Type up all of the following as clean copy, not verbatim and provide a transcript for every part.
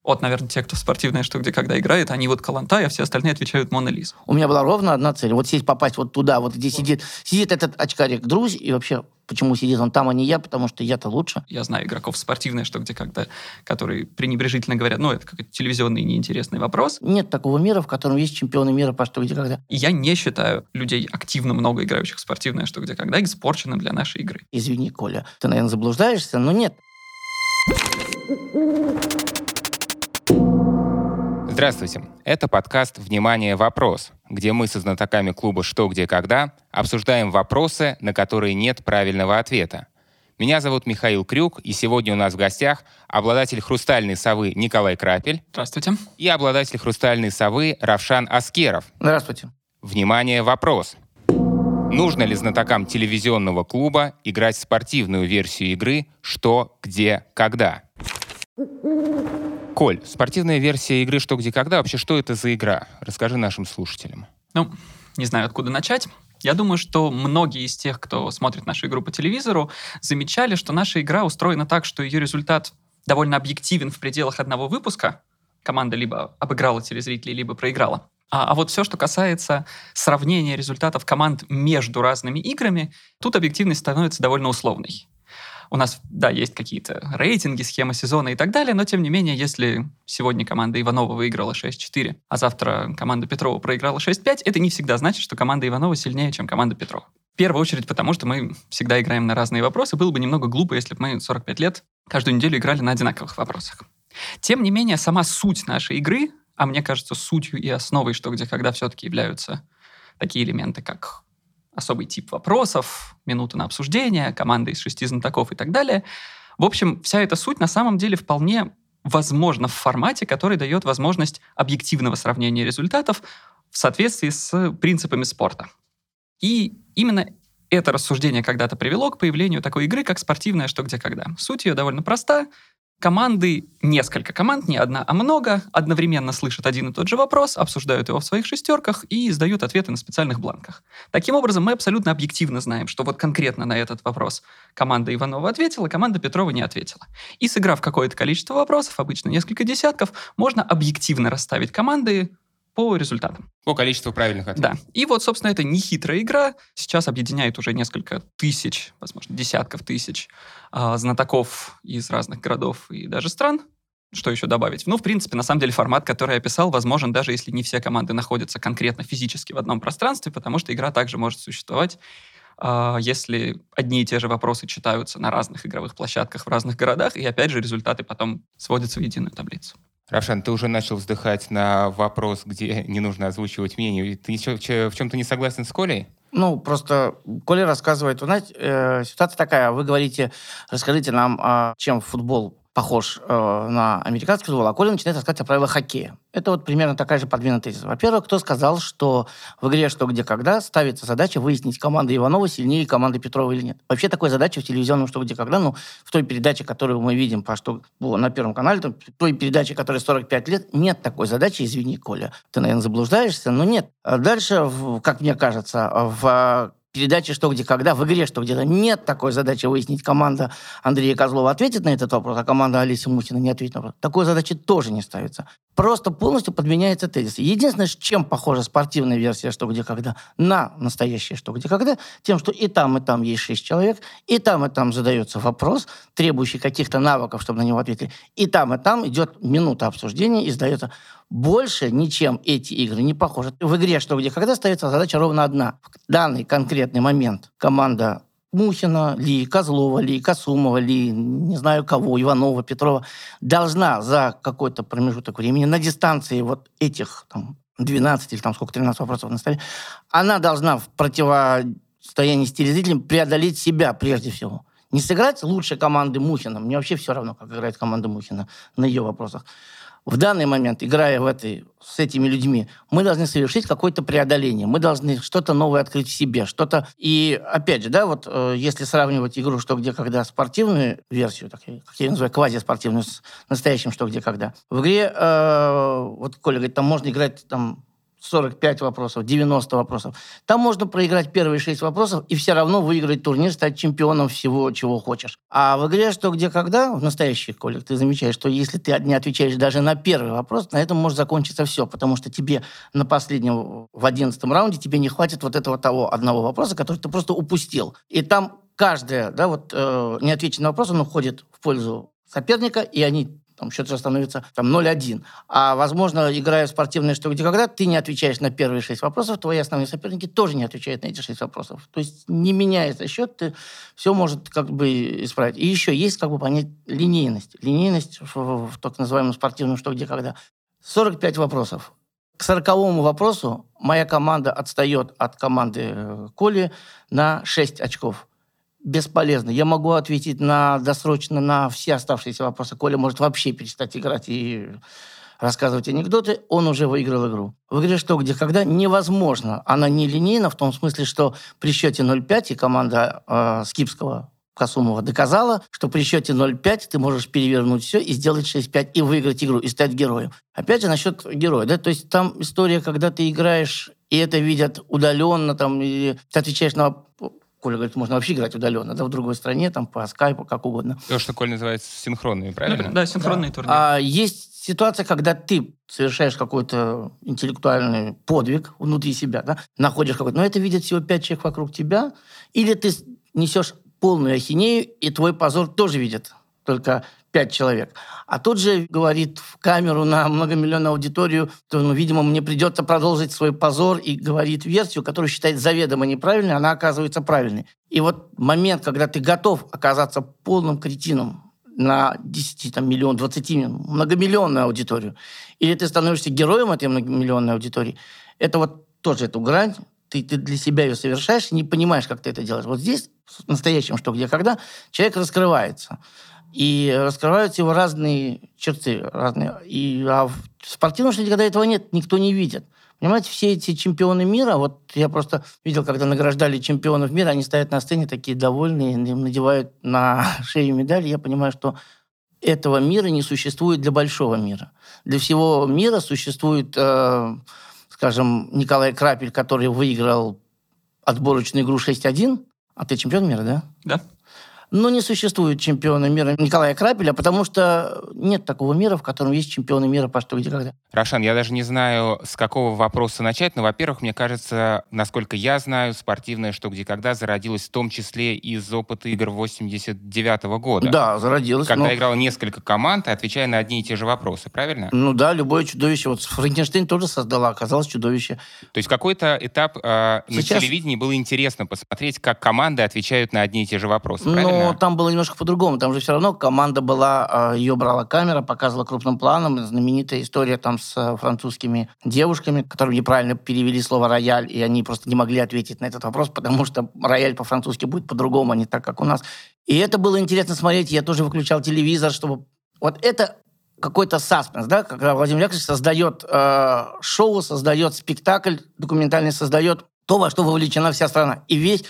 Вот, наверное, те, кто в спортивное «Что, где, когда» играет, они вот Koh-Lanta, а все остальные отвечают «Мона Лиза». У меня была ровно одна цель. Вот сесть, попасть вот туда, вот где сидит этот очкарик Друзь, и вообще, почему сидит он там, а не я, потому что я-то лучше. Я знаю игроков в спортивное «Что, где, когда», которые пренебрежительно говорят, это какой-то телевизионный неинтересный вопрос. Нет такого мира, в котором есть чемпионы мира по «Что, где, когда». И я не считаю людей, активно много играющих в спортивное «Что, где, когда», испорченным для нашей игры. Извини, Коля, ты, наверное, заблуждаешься, но нет. Здравствуйте. Это подкаст «Внимание! Вопрос», где мы со знатоками клуба «Что, где, когда» обсуждаем вопросы, на которые нет правильного ответа. Меня зовут Михаил Крюк, и сегодня у нас в гостях обладатель «Хрустальной совы» Николай Крапель. Здравствуйте. И обладатель «Хрустальной совы» Равшан Аскеров. Здравствуйте. Внимание! Вопрос. Нужно ли знатокам телевизионного клуба играть в спортивную версию игры «Что, где, когда»? Коль, спортивная версия игры «Что, где, когда» вообще что это за игра? Расскажи нашим слушателям. Не знаю, откуда начать. Я думаю, что многие из тех, кто смотрит нашу игру по телевизору, замечали, что наша игра устроена так, что ее результат довольно объективен в пределах одного выпуска. Команда либо обыграла телезрителей, либо проиграла. А вот все, что касается сравнения результатов команд между разными играми, тут объективность становится довольно условной. У нас, есть какие-то рейтинги, схемы сезона и так далее, но, тем не менее, если сегодня команда Иванова выиграла 6-4, а завтра команда Петрова проиграла 6-5, это не всегда значит, что команда Иванова сильнее, чем команда Петрова. В первую очередь потому, что мы всегда играем на разные вопросы. Было бы немного глупо, если бы мы 45 лет каждую неделю играли на одинаковых вопросах. Тем не менее, сама суть нашей игры, а мне кажется, сутью и основой «Что, где, когда» все-таки являются такие элементы, как особый тип вопросов, минута на обсуждение, команда из 6 знатоков и так далее. В общем, вся эта суть на самом деле вполне возможна в формате, который дает возможность объективного сравнения результатов в соответствии с принципами спорта. И именно это рассуждение когда-то привело к появлению такой игры, как спортивное «Что, где, когда». Суть ее довольно проста. Команды, несколько команд, не одна, а много, одновременно слышат один и тот же вопрос, обсуждают его в своих шестерках и сдают ответы на специальных бланках. Таким образом, мы абсолютно объективно знаем, что вот конкретно на этот вопрос команда Иванова ответила, команда Петрова не ответила. И сыграв какое-то количество вопросов, обычно несколько десятков, можно объективно расставить команды по результатам. По количеству правильных ответов. Да. И вот, собственно, это нехитрая игра. Сейчас объединяет уже несколько тысяч, возможно, десятков тысяч знатоков из разных городов и даже стран. Что еще добавить? В принципе, на самом деле, формат, который я описал, возможен даже если не все команды находятся конкретно физически в одном пространстве, потому что игра также может существовать, если одни и те же вопросы читаются на разных игровых площадках в разных городах, и, опять же, результаты потом сводятся в единую таблицу. Равшан, ты уже начал вздыхать на вопрос, где не нужно озвучивать мнение. Ты в чем-то не согласен с Колей? Просто Коля рассказывает. Вы знаете, ситуация такая. Вы говорите, расскажите нам, чем футбол похож на американский футбол, а Коля начинает рассказывать о правилах хоккея. Это вот примерно такая же подвинутая теза. Во-первых, кто сказал, что в игре «Что, где, когда» ставится задача выяснить, команда Иванова сильнее команды Петрова или нет. Вообще такой задачи в телевизионном «Что, где, когда», в той передаче, которую мы видим на Первом канале, в той передаче, которой 45 лет, нет такой задачи, извини, Коля. Ты, наверное, заблуждаешься, но нет. Дальше, как мне кажется, в передаче «Что, где, когда», в игре «Что, где-то» нет такой задачи выяснить, команда Андрея Козлова ответит на этот вопрос, а команда Олеси Мухина не ответит на вопрос. Такой задачи тоже не ставится. Просто полностью подменяется тезис. Единственное, с чем похожа спортивная версия «Что, где, когда» на настоящее «Что, где, когда», тем, что и там есть 6 человек, и там задается вопрос, требующий каких-то навыков, чтобы на него ответили, и там идет минута обсуждения и сдается. Больше ничем эти игры не похожи. В игре «Что, где, когда» ставится задача ровно одна. В данный конкретный момент команда Мухина, ли Козлова, ли Касумова, ли не знаю кого, Иванова, Петрова, должна за какой-то промежуток времени на дистанции вот этих 12 или 13 вопросов на столе, она должна в противостоянии с телезрителем преодолеть себя прежде всего. Не сыграть лучше команды Мухина. Мне вообще все равно, как играет команда Мухина на ее вопросах. В данный момент, играя с этими людьми, мы должны совершить какое-то преодоление. Мы должны что-то новое открыть в себе. И опять же, если сравнивать игру «Что, где, когда» спортивную версию, как я ее называю, квазиспортивную, с настоящим «Что, где, когда». В игре, Коля говорит, там можно играть 45 вопросов, 90 вопросов. Там можно проиграть первые 6 вопросов и все равно выиграть турнир, стать чемпионом всего, чего хочешь. А в игре «Что, где, когда», в настоящих, Колик, ты замечаешь, что если ты не отвечаешь даже на первый вопрос, на этом может закончиться все, потому что тебе на последнем, в 11-м раунде, тебе не хватит вот этого того одного вопроса, который ты просто упустил. И там каждый, неотвеченный вопрос, он уходит в пользу соперника, и они... Там счет уже становится 0-1. А, возможно, играя в спортивное «Что, где, когда», ты не отвечаешь на первые 6 вопросов, твои основные соперники тоже не отвечают на эти 6 вопросов. То есть не меняется счет, ты все может исправить. И еще есть понять линейность. Линейность в так называемом спортивном «Что, где, когда». 45 вопросов. К 40-му вопросу моя команда отстает от команды Коли на 6 очков. Бесполезно. Я могу ответить досрочно на все оставшиеся вопросы. Коля может вообще перестать играть и рассказывать анекдоты. Он уже выиграл игру. В игре «Что, где, когда» невозможно. Она не линейна в том смысле, что при счете 0-5 и команда Скипского, Касумова доказала, что при счете 0-5 ты можешь перевернуть все и сделать 6-5 и выиграть игру, и стать героем. Опять же, насчет героя. Да? То есть там история, когда ты играешь, и это видят удаленно, и ты отвечаешь на... Коля говорит, можно вообще играть удаленно, в другой стране, по скайпу, как угодно. То, что Коля называет синхронными, правильно? Да, синхронные турниры. Есть ситуация, когда ты совершаешь какой-то интеллектуальный подвиг внутри себя, находишь какой-то... Но это видят всего 5 человек вокруг тебя, или ты несешь полную ахинею, и твой позор тоже видят только 5 человек. А тут же говорит в камеру на многомиллионную аудиторию, что, видимо, мне придется продолжить свой позор, и говорит версию, которую считает заведомо неправильной, она оказывается правильной. И вот момент, когда ты готов оказаться полным кретином на 10, миллион, 20, многомиллионную аудиторию, или ты становишься героем этой многомиллионной аудитории, это тоже эту грань, ты для себя ее совершаешь и не понимаешь, как ты это делаешь. Вот здесь, в настоящем «Что, где, когда», человек раскрывается. И раскрываются его разные черты. А в спортивном «Что, где, когда» этого нет, никто не видит. Понимаете, все эти чемпионы мира, я просто видел, когда награждали чемпионов мира, они стоят на сцене такие довольные, им надевают на шею медали. Я понимаю, что этого мира не существует для большого мира. Для всего мира существует, скажем, Николай Крапель, который выиграл отборочную игру 6-1. А ты чемпион мира, да? Да. Но не существует чемпиона мира Николая Крапеля, потому что нет такого мира, в котором есть чемпионы мира по «Что, где, когда». Рошан, я даже не знаю, с какого вопроса начать, но, во-первых, мне кажется, насколько я знаю, спортивное «Что, где, когда» зародилось в том числе из опыта игр 89-го года. Да, зародилось. Когда играло несколько команд, отвечая на одни и те же вопросы, правильно? Любое чудовище. Франкенштейн тоже создала, оказалось чудовище. То есть в какой-то этап на телевидении было интересно посмотреть, как команды отвечают на одни и те же вопросы, правильно? Но там было немножко по-другому. Там же все равно команда была, ее брала камера, показывала крупным планом. Знаменитая история с французскими девушками, которые неправильно перевели слово «рояль», и они просто не могли ответить на этот вопрос, потому что рояль по-французски будет по-другому, а не так, как у нас. И это было интересно смотреть. Я тоже выключал телевизор, чтобы... Это какой-то саспенс, когда Владимир Яковлевич создает шоу, создает спектакль документальный, создает то, во что вовлечена вся страна.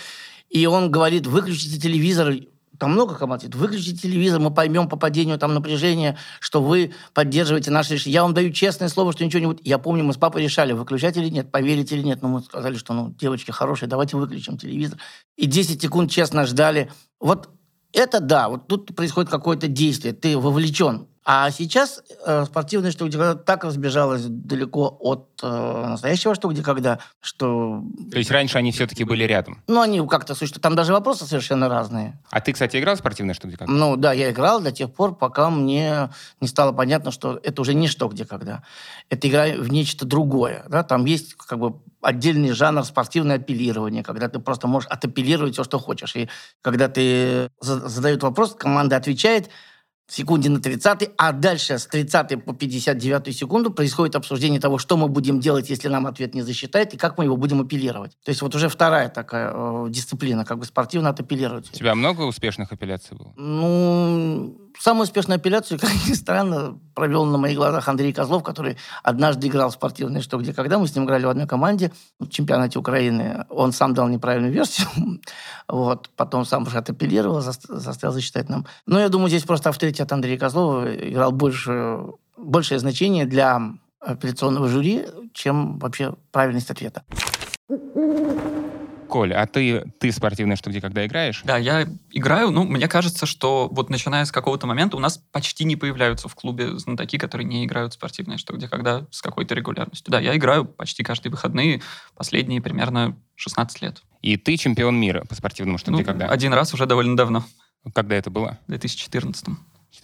И он говорит, выключите телевизор. Там много команд говорит, выключите телевизор, мы поймем по падению напряжения, что вы поддерживаете наше решение. Я вам даю честное слово, что ничего не будет. Я помню, мы с папой решали, выключать или нет, поверить или нет. Но мы сказали, что, девочки хорошие, давайте выключим телевизор. И 10 секунд честно ждали. Это да, тут происходит какое-то действие, ты вовлечен. А сейчас спортивное «Что, где, когда» так разбежалось далеко от настоящего «Что, где, когда», что... То есть раньше они все-таки были рядом? Они как-то существуют. Там даже вопросы совершенно разные. А ты, кстати, играл в спортивное «Что, где, когда»? Да, я играл до тех пор, пока мне не стало понятно, что это уже не «Что, где, когда». Это игра в нечто другое. Да? Там есть отдельный жанр спортивное апеллирование, когда ты просто можешь отапеллировать все, что хочешь. И когда ты задают вопрос, команда отвечает, в секунде на 30-й, а дальше с 30-й по 59-ю секунду происходит обсуждение того, что мы будем делать, если нам ответ не засчитает, и как мы его будем апеллировать. То есть уже вторая такая дисциплина, спортивно отапеллировать. У тебя много успешных апелляций было? Самую успешную апелляцию, как ни странно, провел на моих глазах Андрей Козлов, который однажды играл в спортивное «Что, где, когда». Мы с ним играли в одной команде в чемпионате Украины. Он сам дал неправильную версию. Потом сам уже отапеллировал, заставил засчитать нам. Но я думаю, здесь просто авторитет Андрея Козлова играл большее значение для апелляционного жюри, чем вообще правильность ответа. Коль, а ты спортивное «Что, где, когда» играешь? Да, я играю. Мне кажется, что вот начиная с какого-то момента у нас почти не появляются в клубе знатоки, которые не играют в спортивное «Что, где, когда» с какой-то регулярностью. Да, я играю почти каждые выходные, последние примерно 16 лет. И ты чемпион мира по спортивному «Что, где, когда»? Один раз уже довольно давно. Когда это было? В 2014.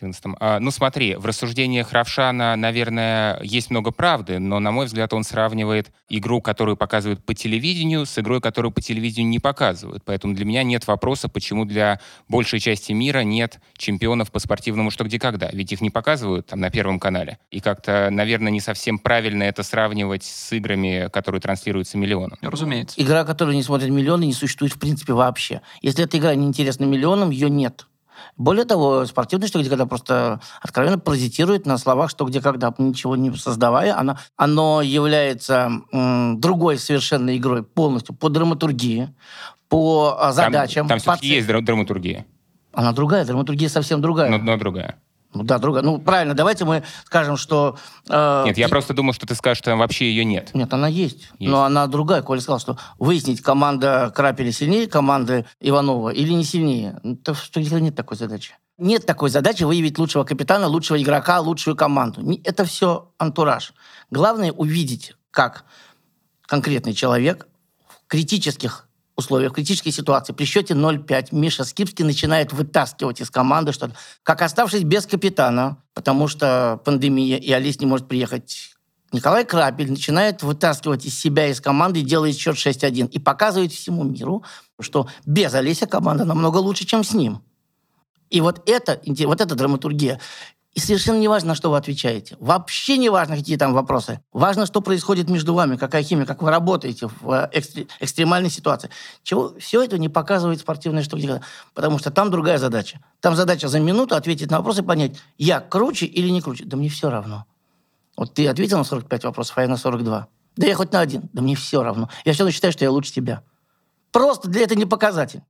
Смотри, в рассуждениях Равшана, наверное, есть много правды, но, на мой взгляд, он сравнивает игру, которую показывают по телевидению, с игрой, которую по телевидению не показывают. Поэтому для меня нет вопроса, почему для большей части мира нет чемпионов по спортивному «Что, где, когда». Ведь их не показывают там на Первом канале. И как-то, наверное, не совсем правильно это сравнивать с играми, которые транслируются миллионам. Разумеется. Игра, которую не смотрят миллионы, не существует в принципе вообще. Если эта игра не интересна миллионам, ее нет. Более того, спортивное «Что, где, когда» просто откровенно паразитирует на словах «Что, где, когда», ничего не создавая. Оно является другой совершенно игрой полностью по драматургии, по задачам. Там все-таки есть драматургия. Она другая, драматургия совсем другая. Но другая. Другая. Правильно, давайте мы скажем, что... Нет, я просто думал, что ты скажешь, что там вообще ее нет. Нет, она есть. Но она другая. Коля сказал, что выяснить, команда Крапеля сильнее команды Иванова или не сильнее. Нет такой задачи. Нет такой задачи выявить лучшего капитана, лучшего игрока, лучшую команду. Это все антураж. Главное увидеть, как конкретный человек в критических условиях, в критической ситуации, при счете 0-5 Миша Скипский начинает вытаскивать из команды что-то. Как оставшись без капитана, потому что пандемия, и Олесь не может приехать, Николай Крапель начинает вытаскивать из себя, из команды, и делает счет 6-1. И показывает всему миру, что без Олеся команда намного лучше, чем с ним. И вот эта драматургия. И совершенно не важно, на что вы отвечаете. Вообще не важно, какие там вопросы. Важно, что происходит между вами, какая химия, как вы работаете в экстремальной ситуации. Все это не показывает спортивное «Что, где, когда». Потому что там другая задача. Там задача за минуту ответить на вопрос и понять, я круче или не круче. Да мне все равно. Вот ты ответил на 45 вопросов, а я на 42. Да я хоть на один. Да мне все равно. Я все равно считаю, что я лучше тебя. Просто для этого не показатель.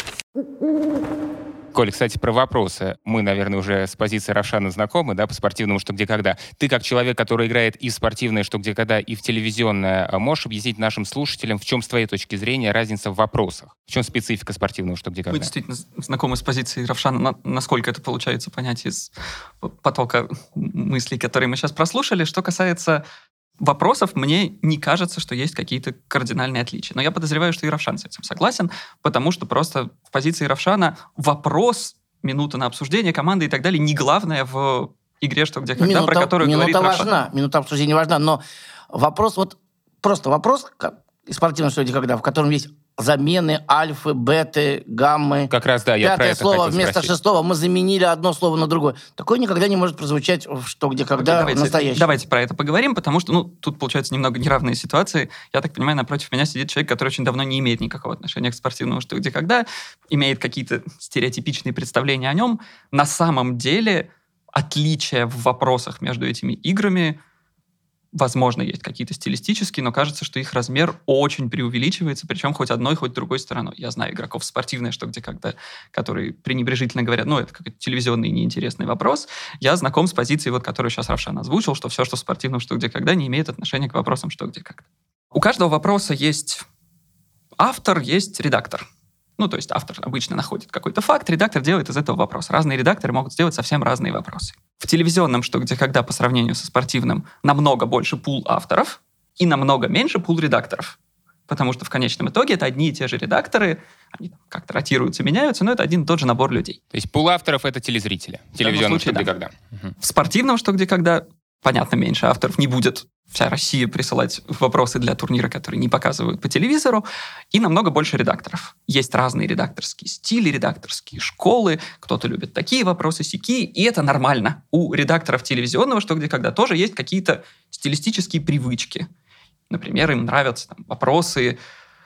Коль, кстати, про вопросы. Мы, наверное, уже с позиции Равшана знакомы, да, по спортивному «Что, где, когда». Ты, как человек, который играет и в спортивное «Что, где, когда», и в телевизионное, можешь объяснить нашим слушателям, в чем, с твоей точки зрения, разница в вопросах? В чем специфика спортивного «Что, где, когда»? Мы действительно знакомы с позицией Равшана, насколько это получается понять из потока мыслей, которые мы сейчас прослушали. Что касается вопросов, мне не кажется, что есть какие-то кардинальные отличия. Но я подозреваю, что и Равшан с этим согласен, потому что просто в позиции Равшана вопрос, минута на обсуждение команды и так далее не главное в игре «Что, где, когда», про которую говорит Равшан. Минута обсуждения важна, но вопрос, просто вопрос из спортивного «Что, где, когда», в котором есть замены, альфы, беты, гаммы. Как раз, да, я про это слово хотел вместо спросить. шестого мы заменили одно слово на другое. Такое никогда не может прозвучать в «Что, где, когда» настоящем. Давайте про это поговорим, потому что, тут получается немного неравные ситуации. Я так понимаю, напротив меня сидит человек, который очень давно не имеет никакого отношения к спортивному «Что, где, когда», имеет какие-то стереотипичные представления о нем. На самом деле отличия в вопросах между этими играми, возможно, есть какие-то стилистические, но кажется, что их размер очень преувеличивается, причем хоть одной, хоть другой стороной. Я знаю игроков спортивное «Что, где, когда», которые пренебрежительно говорят, это какой-то телевизионный неинтересный вопрос. Я знаком с позицией, которую сейчас Равшан озвучил, что все, что в спортивном «Что, где, когда», не имеет отношения к вопросам «Что, где, когда». У каждого вопроса есть автор, есть редактор. То есть автор обычно находит какой-то факт, редактор делает из этого вопрос. Разные редакторы могут сделать совсем разные вопросы. В телевизионном «Что, где, когда» по сравнению со спортивным намного больше пул авторов и намного меньше пул редакторов. Потому что в конечном итоге это одни и те же редакторы, они как-то ротируются, меняются, но это один и тот же набор людей. То есть пул авторов — это телезрители. В телевизионном «Что, где, когда». В спортивном «Что, где, когда» понятно, меньше авторов не будет. Вся Россия присылать вопросы для турнира, которые не показывают по телевизору, и намного больше редакторов. Есть разные редакторские стили, редакторские школы, кто-то любит такие вопросы, сякие, и это нормально. У редакторов телевизионного «Что, где, когда» тоже есть какие-то стилистические привычки. Например, им нравятся вопросы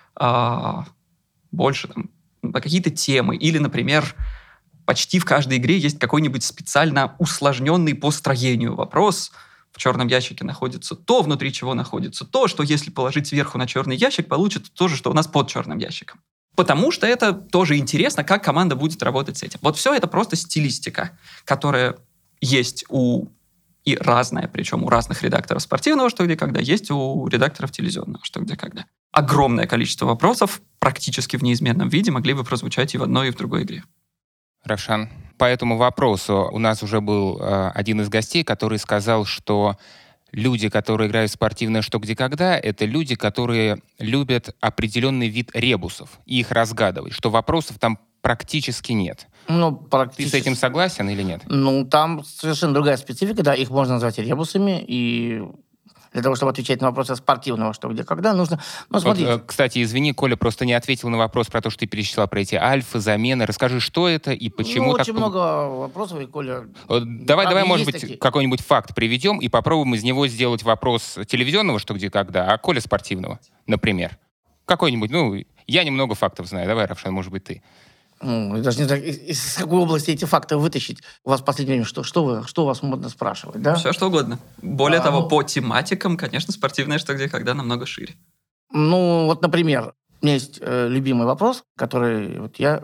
больше по какие-то темы, или, например, почти в каждой игре есть какой-нибудь специально усложненный по строению вопрос. В черном ящике находится то, внутри чего находится то, что если положить сверху на черный ящик, получится то же, что у нас под черным ящиком. Потому что это тоже интересно, как команда будет работать с этим. Вот все это просто стилистика, которая есть у И разное, причем у разных редакторов спортивного «Что, где, когда» есть у редакторов телевизионного «Что, где, когда». Огромное количество вопросов практически в неизменном виде могли бы прозвучать и в одной, и в другой игре. Равшан, по этому вопросу у нас уже был один из гостей, который сказал, что люди, которые играют в спортивное «Что, где, когда», это люди, которые любят определенный вид ребусов и их разгадывать, что вопросов там практически нет. Практически. Ты с этим согласен или нет? Там совершенно другая специфика, да, их можно назвать ребусами, и для того, чтобы отвечать на вопросы спортивного «Что, где, когда», нужно... смотрите. Кстати, извини, Коля просто не ответил на вопрос про то, что ты перечислял, про эти альфы, замены. Расскажи, что это и почему так... Очень много вопросов, и Коля... Давай, может быть, какой-нибудь факт приведем и попробуем из него сделать вопрос телевизионного «Что, где, когда», а Коля спортивного, например. Какой-нибудь, я немного фактов знаю. Давай, Равшан, может быть, ты. Я даже не знаю, из какой области эти факты вытащить. У вас в последнее время что у вас модно спрашивать, да? Все, что угодно. Более того, по тематикам, конечно, спортивное «Что, где, когда» намного шире. Например, у меня есть любимый вопрос, который я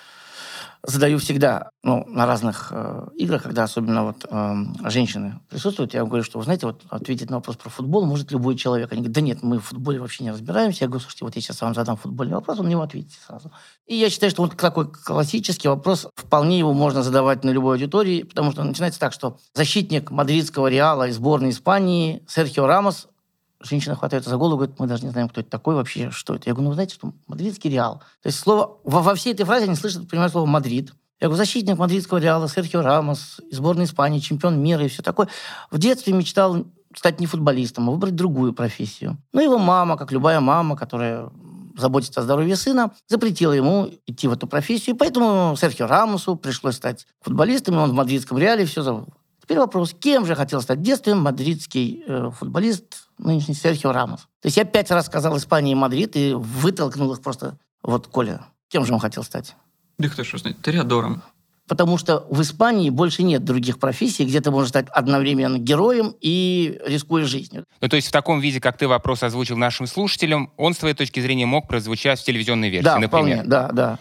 задаю всегда, на разных играх, когда особенно женщины присутствуют. Я говорю, что, вы знаете, ответить на вопрос про футбол может любой человек. Они говорят, да нет, мы в футболе вообще не разбираемся. Я говорю, слушайте, я сейчас вам задам футбольный вопрос, вы на него ответите сразу. И я считаю, что такой классический вопрос, вполне его можно задавать на любой аудитории, потому что начинается так, что защитник мадридского Реала и сборной Испании Серхио Рамос, женщина хватается за голову и говорит, мы даже не знаем, кто это такой вообще, что это. Я говорю, вы знаете, что мадридский Реал. То есть слово, во всей этой фразе они слышат, понимают слово «Мадрид». Я говорю, защитник мадридского Реала, Серхио Рамос, из сборной Испании, чемпион мира и все такое. В детстве мечтал стать не футболистом, а выбрать другую профессию. Его мама, как любая мама, которая заботится о здоровье сына, запретила ему идти в эту профессию. Поэтому Серхио Рамосу пришлось стать футболистом, и он в мадридском Реале все зовут. Теперь вопрос, кем же хотел стать в детстве мадридский футболист, нынешний Серхио Рамос? То есть я 5 раз сказал Испании и Мадрид и вытолкнул их просто. Коля, кем же он хотел стать? Да кто что знает, тореадором. Потому что в Испании больше нет других профессий, где ты можешь стать одновременно героем и рискуя жизнью. То есть в таком виде, как ты вопрос озвучил нашим слушателям, он, с твоей точки зрения, мог прозвучать в телевизионной версии, например? Вполне, да.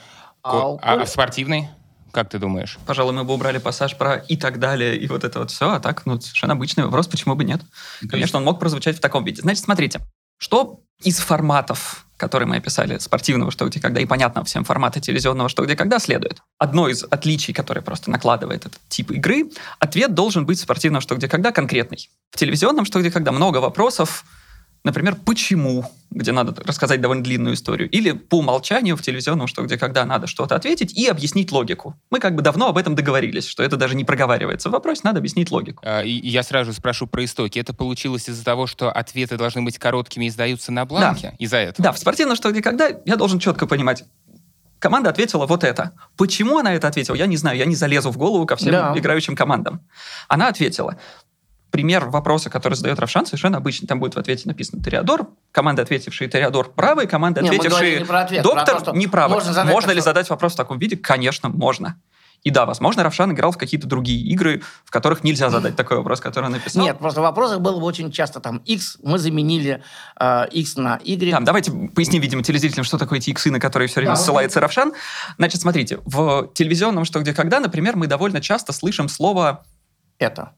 А в спортивной? Как ты думаешь? Пожалуй, мы бы убрали пассаж про «и так далее», и все, а так, совершенно обычный вопрос, почему бы нет? Конечно, он мог прозвучать в таком виде. Значит, смотрите, что из форматов, которые мы описали, спортивного «Что, где, когда» и понятного всем формата телевизионного «Что, где, когда» следует. Одно из отличий, которое просто накладывает этот тип игры, ответ должен быть в спортивном «Что, где, когда» конкретный. В телевизионном «Что, где, когда» много вопросов, например, «почему?», где надо рассказать довольно длинную историю, или по умолчанию в телевизионном «Что, где, когда» надо что-то ответить и объяснить логику. Мы давно об этом договорились, что это даже не проговаривается в вопросе, надо объяснить логику. И я сразу спрошу про истоки. Это получилось из-за того, что ответы должны быть короткими и сдаются на бланке? Да. Из-за этого? Да, в спортивном «Что, где, когда» я должен четко понимать, команда ответила вот это. Почему она это ответила, я не знаю, я не залезу в голову ко всем играющим командам. Она ответила. Пример вопроса, который задает Равшан, совершенно обычный. Там будет в ответе написано «Тореадор». Команды, ответившие «Тореадор», правы, команды, ответившие «Доктор», неправы. Можно ли задать вопрос в таком виде? Конечно, можно. И да, возможно, Равшан играл в какие-то другие игры, в которых нельзя задать такой вопрос, который он написал. Нет, просто в вопросах было очень часто X, мы заменили X на Y. Да, давайте поясним, видимо, телезрителям, что такое эти иксы, на которые все время ссылается Равшан. Значит, смотрите, в телевизионном «Что, где, когда», например, мы довольно часто слышим слово «это».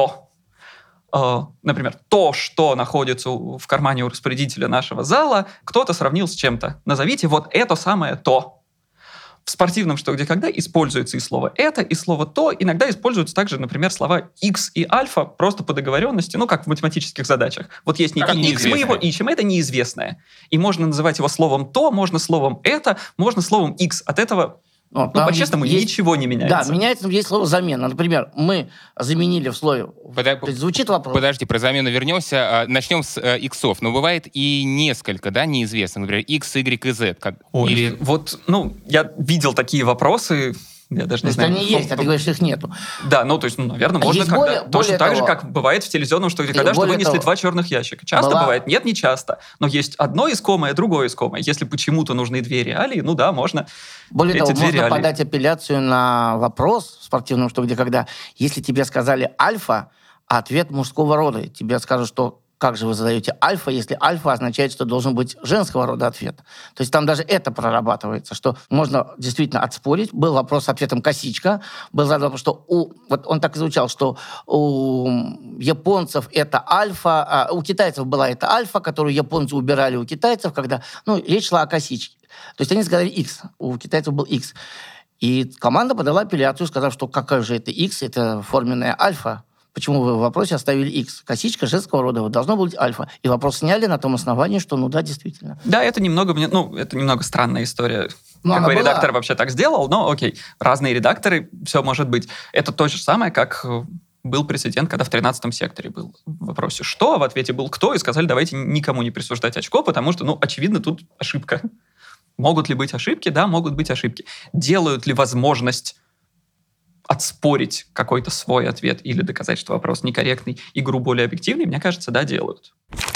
Например, то, что находится в кармане у распорядителя нашего зала, кто-то сравнил с чем-то. Назовите вот это самое «то». В спортивном «Что, где, когда» используется и слово «это», и слово «то». Иногда используются также, например, слова «x» и «альфа» просто по договоренности, как в математических задачах. Вот есть некий «x», мы его ищем, это неизвестное. И можно называть его словом «то», можно словом «это», можно словом «x». От этого... по-честному, ничего не меняется. Да, меняется, есть слово «замена». Например, мы заменили в слове... Звучит вопрос. Подожди, про замену вернемся. Начнем с иксов. Но бывает и несколько, неизвестных. Например, x, y и z. Я видел такие вопросы... Я даже не знаю. Они есть, а ты говоришь, их нету. Да, наверное, можно точно так же, как бывает в телевизионном «Что, где, когда», что вынесли 2 черных ящика. Часто бывает? Нет, не часто. Но есть одно искомое, другое искомое. Если почему-то нужны 2 реалии, можно более того, можно подать апелляцию на вопрос в спортивном «Что, где, когда». Если тебе сказали «альфа», а ответ мужского рода, тебе скажут, что как же вы задаете альфа, если альфа означает, что должен быть женского рода ответ. То есть там даже это прорабатывается, что можно действительно отспорить. Был вопрос с ответом косичка. Был задан вопрос, что вот он так и звучал, что у японцев это альфа, а у китайцев была это альфа, которую японцы убирали у китайцев, когда речь шла о косичке. То есть они сказали X, у китайцев был X. И команда подала апелляцию, сказав, что какая же это X, это форменная альфа. Почему вы в вопросе оставили X? Косичка женского рода, вот должно быть альфа. И вопрос сняли на том основании, что да, действительно. Да, это немного странная история. Какой редактор вообще так сделал, но окей. Разные редакторы, все может быть. Это то же самое, как был прецедент, когда в 13-м секторе был в вопросе «что?», а в ответе был «кто?», и сказали, давайте никому не присуждать очко, потому что, очевидно, тут ошибка. Могут ли быть ошибки? Да, могут быть ошибки. Делают ли возможность отспорить какой-то свой ответ или доказать, что вопрос некорректный, игру более объективной, мне кажется, да, делают.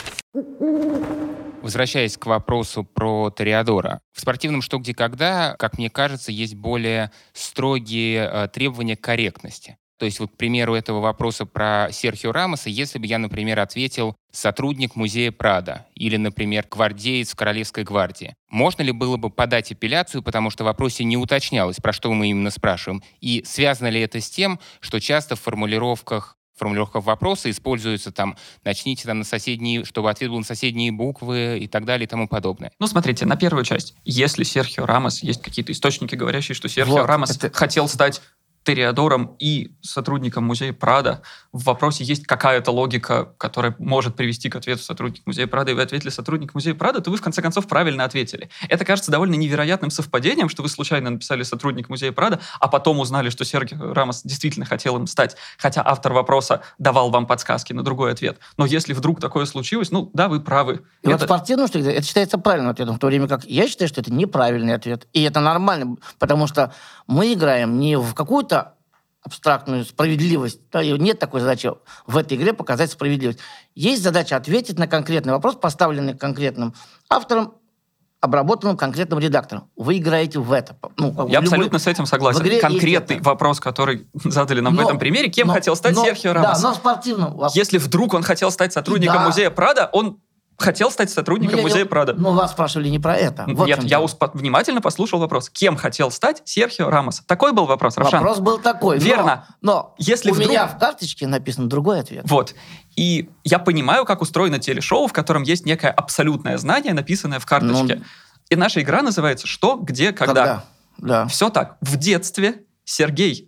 Возвращаясь к вопросу про Тореадора. В спортивном «Что, где, когда», как мне кажется, есть более строгие требования к корректности. То есть, вот, к примеру, этого вопроса про Серхио Рамоса, если бы я, например, ответил «сотрудник музея Прадо» или, например, «гвардеец в Королевской гвардии», можно ли было бы подать апелляцию, потому что в вопросе не уточнялось, про что мы именно спрашиваем? И связано ли это с тем, что часто в формулировках вопроса используются начните на соседние, чтобы ответ был на соседние буквы и так далее и тому подобное. Смотрите, на первую часть. Если Серхио Рамос, есть какие-то источники, говорящие, что Серхио Рамос хотел стать Тореадором и сотрудником музея Прадо, в вопросе есть какая-то логика, которая может привести к ответу сотрудник музея Прадо, и вы ответили сотрудник музея Прадо, то вы, в конце концов, правильно ответили. Это кажется довольно невероятным совпадением, что вы случайно написали сотрудник музея Прадо, а потом узнали, что Серхио Рамос действительно хотел им стать, хотя автор вопроса давал вам подсказки на другой ответ. Но если вдруг такое случилось, да, вы правы. И вот спортивно, что это считается правильным ответом, в то время как я считаю, что это неправильный ответ. И это нормально, потому что мы играем не в какую-то абстрактную справедливость. Нет такой задачи в этой игре показать справедливость. Есть задача ответить на конкретный вопрос, поставленный конкретным автором, обработанным конкретным редактором. Вы играете в это. Я абсолютно с этим согласен. Конкретный вопрос, который задали нам в этом примере, кем хотел стать Серхио Рамос. Да, но спортивным. Если вдруг он хотел стать сотрудником музея Прадо, он хотел стать сотрудником музея Прадо. Но вас спрашивали не про это. Нет, я внимательно послушал вопрос. Кем хотел стать Серхио Рамос? Такой был вопрос, Равшан? Вопрос был такой. Верно. Но если меня в карточке написан другой ответ. Вот. И я понимаю, как устроено телешоу, в котором есть некое абсолютное знание, написанное в карточке. И наша игра называется «Что, где, когда». Да. Все так. В детстве Серхио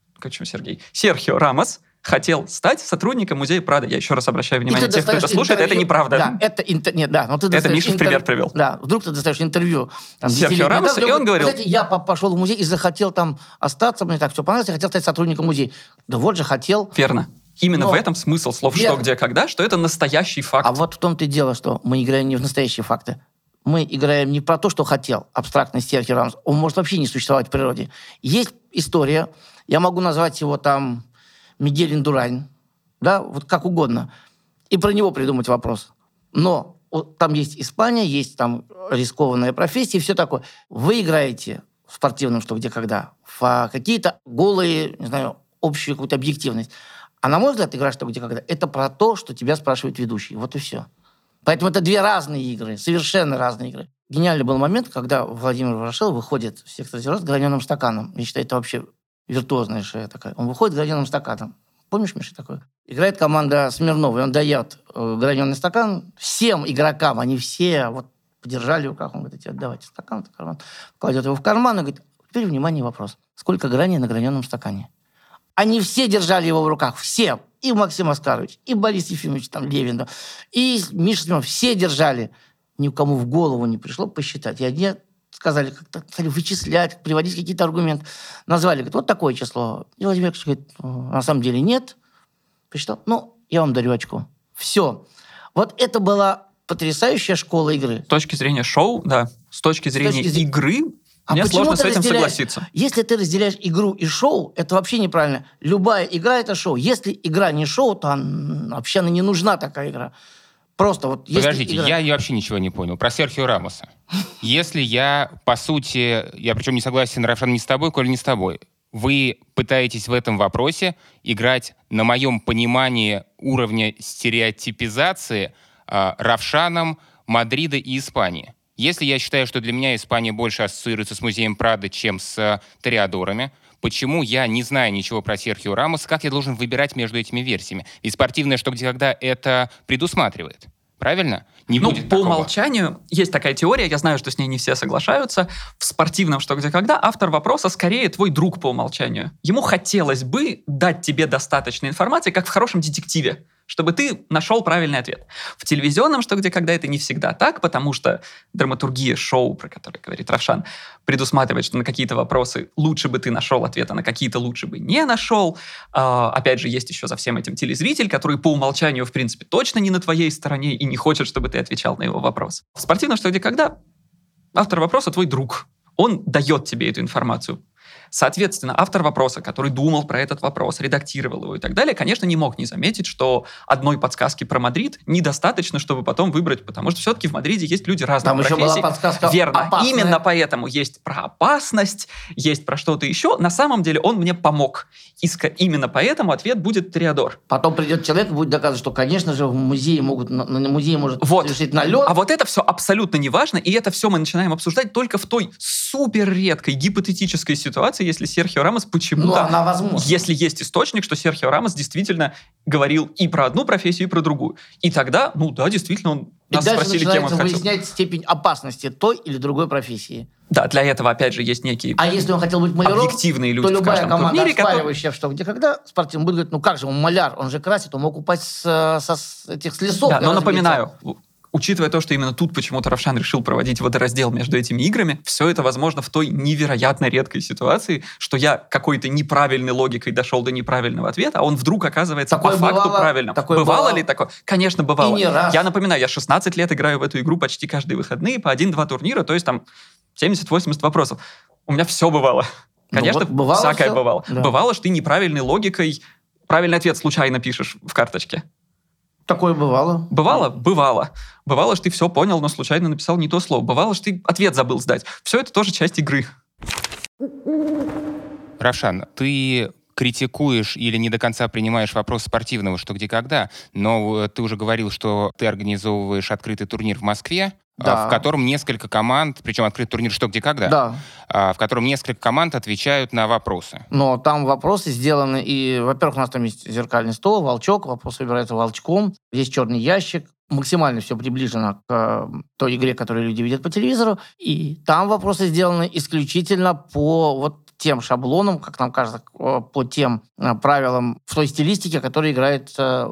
Рамос хотел стать сотрудником музея Прадо. Я еще раз обращаю внимание тех, кто это слушает, это неправда. Да, это Миша в пример привел. Да, вдруг ты достаешь интервью Серхио Рамоса, и он говорил... Кстати, я пошел в музей и захотел там остаться, мне так все понравилось, я хотел стать сотрудником музея. Да вот же хотел. Верно. Именно в этом смысл слов «что, где, когда», что это настоящий факт. А вот в том-то и дело, что мы играем не в настоящие факты. Мы играем не про то, что хотел абстрактный Серхио Рамос. Он может вообще не существовать в природе. Есть история, я могу назвать его Мигель Индурайн, да, вот как угодно, и про него придумать вопрос. Но там есть Испания, есть там рискованная профессия и все такое. Вы играете в спортивном «Что, где, когда» в какие-то голые, не знаю, общую какую-то объективность. А на мой взгляд, игра «Что, где, когда» — это про то, что тебя спрашивает ведущий. Вот и все. Поэтому это две разные игры, совершенно разные игры. Гениальный был момент, когда Владимир Ворошилов выходит в сектор «Зеро» с граненым стаканом. Я считаю, это вообще виртуозная шея такая. Он выходит с граненым стаканом. Помнишь, Миша, такое? Играет команда Смирнова, и он дает граненый стакан всем игрокам. Они все подержали в руках. Он говорит, отдавайте стакан, карман. Кладет его в карман и говорит, теперь, внимание, вопрос. Сколько граней на граненом стакане? Они все держали его в руках, все. И Максим Оскарович, и Борис Ефимович Левин, и Миша Смирнов. Все держали. Никому в голову не пришло посчитать. И одни сказали, как-то стали вычислять, приводить какие-то аргументы. Назвали, говорит, вот такое число. И Владимир Ильич говорит, на самом деле нет. Посчитал, я вам дарю очко. Все. Вот это была потрясающая школа игры. С точки зрения шоу, да. С точки зрения игры, мне сложно с этим согласиться. Если ты разделяешь игру и шоу, это вообще неправильно. Любая игра — это шоу. Если игра не шоу, то вообще она не нужна, такая игра. Просто Подождите, я вообще ничего не понял. Про Серхио Рамоса. Если я, по сути, я причем не согласен, Равшан, не с тобой, Коля, не с тобой. вы пытаетесь в этом вопросе играть, на моем понимании, уровня стереотипизации Равшаном Мадрида и Испании. Если я считаю, что для меня Испания больше ассоциируется с музеем Прадо, чем с Тореадорами, почему я не знаю ничего про Серхио Рамоса, как я должен выбирать между этими версиями? И спортивное «Что, где, когда» это предусматривает. Правильно? Не будет по такого. умолчанию есть такая теория, я знаю, что с ней не все соглашаются. В спортивном «Что, где, когда» автор вопроса скорее твой друг по умолчанию. Ему хотелось бы дать тебе достаточно информации, как в хорошем детективе, чтобы ты нашел правильный ответ. В телевизионном «Что, где, когда» это не всегда так, потому что драматургия шоу, про которое говорит Равшан, предусматривает, что на какие-то вопросы лучше бы ты нашел ответ, а на какие-то лучше бы не нашел. Опять же, есть еще за всем этим телезритель, который по умолчанию, в принципе, точно не на твоей стороне и не хочет, чтобы ты отвечал на его вопрос. В спортивном «Что, где, когда» автор вопроса твой друг. Он дает тебе эту информацию. Соответственно, автор вопроса, который думал про этот вопрос, редактировал его и так далее, конечно, не мог не заметить, что одной подсказки про Мадрид недостаточно, чтобы потом выбрать, потому что все-таки в Мадриде есть люди разных Там профессий. еще была подсказка Верно. опасная. Именно поэтому есть про опасность, есть про что-то еще. На самом деле он мне помог. Именно поэтому ответ будет Тореадор. Потом придет человек и будет доказывать, что, конечно же, в музее может совершить налет. А вот это все абсолютно не важно, и это все мы начинаем обсуждать только в той супер редкой гипотетической ситуации, если Серхио Рамос почему-то... она возможна. Если есть источник, что Серхио Рамос действительно говорил и про одну профессию, и про другую. И тогда, действительно, он нас спросили, кем он начинается хотел. выяснять степень опасности той или другой профессии. Да, для этого, опять же, есть некие А если он хотел быть маляром, объективные люди то в любая каждом команда, турнире, оспаривающая «Что, где, когда», спортивный будет говорить, как же, он маляр, он же красит, он мог упасть с этих лесов. Да, но напоминаю, учитывая то, что именно тут почему-то Равшан решил проводить водораздел между этими играми, все это возможно в той невероятно редкой ситуации, что я какой-то неправильной логикой дошел до неправильного ответа, а он вдруг оказывается по факту правильным. Бывало ли такое? Конечно, бывало. И не раз. Я напоминаю, я 16 лет играю в эту игру почти каждые выходные по 1-2 турнира, то есть там 70-80 вопросов. У меня все бывало. Конечно, бывало всякое всё. бывало. Да. Бывало, что ты неправильной логикой правильный ответ случайно пишешь в карточке. Такое бывало. Бывало? Бывало. Бывало, что ты все понял, но случайно написал не то слово. Бывало, что ты ответ забыл сдать. Все это тоже часть игры. Равшан, ты критикуешь или не до конца принимаешь вопрос спортивного «Что, где, когда», но ты уже говорил, что ты организовываешь открытый турнир в Москве, Да. в котором несколько команд, причем открытый турнир «Что, где, когда», Да. в котором несколько команд отвечают на вопросы. Но там вопросы сделаны, и, во-первых, у нас там есть зеркальный стол, волчок, вопрос выбирается волчком, есть черный ящик, максимально все приближено к той игре, которую люди видят по телевизору, и там вопросы сделаны исключительно по тем шаблонам, как нам кажется, по тем правилам в той стилистике, которая играет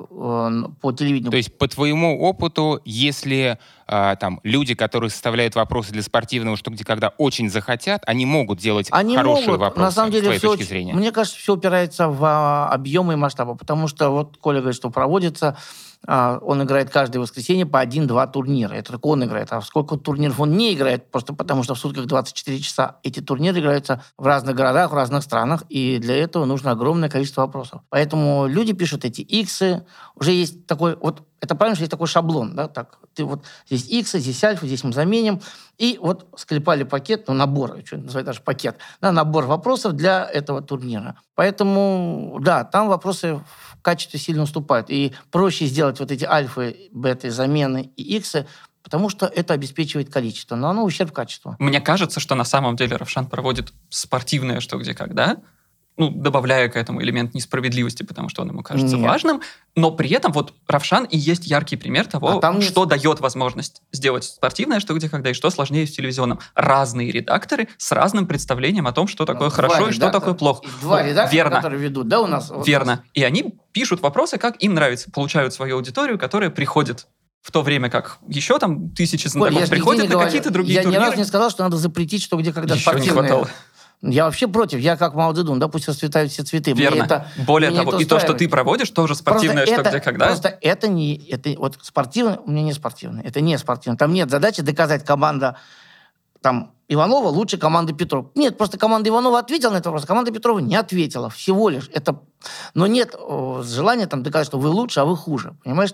по телевидению. То есть, по твоему опыту, если люди, которые составляют вопросы для спортивного «Что, где, когда» очень захотят, они могут делать хорошие вопросы, на самом деле, с твоей все точки зрения? Мне кажется, все упирается в объемы и масштабы, потому что Коля говорит, что проводится, он играет каждое воскресенье по 1-2 турнира. Это только он играет. А сколько турниров он не играет, просто потому что в сутках 24 часа эти турниры играются в разных городах, в разных странах, и для этого нужно огромное количество вопросов. Поэтому люди пишут эти иксы. Уже есть такой... это правильно, что есть такой шаблон, да, так. Ты здесь иксы, здесь альфа, здесь мы заменим. И склепали пакет, набор, что называют даже пакет, да, набор вопросов для этого турнира. Поэтому, да, там вопросы в качестве сильно уступают. И проще сделать эти альфы, беты, замены и иксы, потому что это обеспечивает количество, но оно ущерб качеству. Мне кажется, что на самом деле Равшан проводит спортивное «Что, где, когда», добавляя к этому элемент несправедливости, потому что он ему кажется важным, но при этом Равшан и есть яркий пример того, что дает возможность сделать спортивное «Что, где, когда» и что сложнее с телевизионным. Разные редакторы с разным представлением о том, что такое хорошо и что такое плохо. Два редактора, верно. которые ведут, да, у нас? Верно. И они пишут вопросы, как им нравится, получают свою аудиторию, которая приходит в то время как еще тысячи знатоков приходят на какие-то другие турниры. Я ни разу не сказал, что надо запретить «Что, где, когда» еще спортивные. не хватало. Я вообще против. Я как Мао Цзэдун, пусть расцветают все цветы. Верно. Более того, и то, что ты проводишь, тоже спортивное «Что, где, когда». Просто это не... спортивное у меня не спортивное. Это не спортивное. Там нет задачи доказать команда там Иванова лучше команды Петрова. Нет, просто команда Иванова ответила на этот вопрос, а команда Петрова не ответила. Всего лишь. Но нет желания там доказать, что вы лучше, а вы хуже. Понимаешь?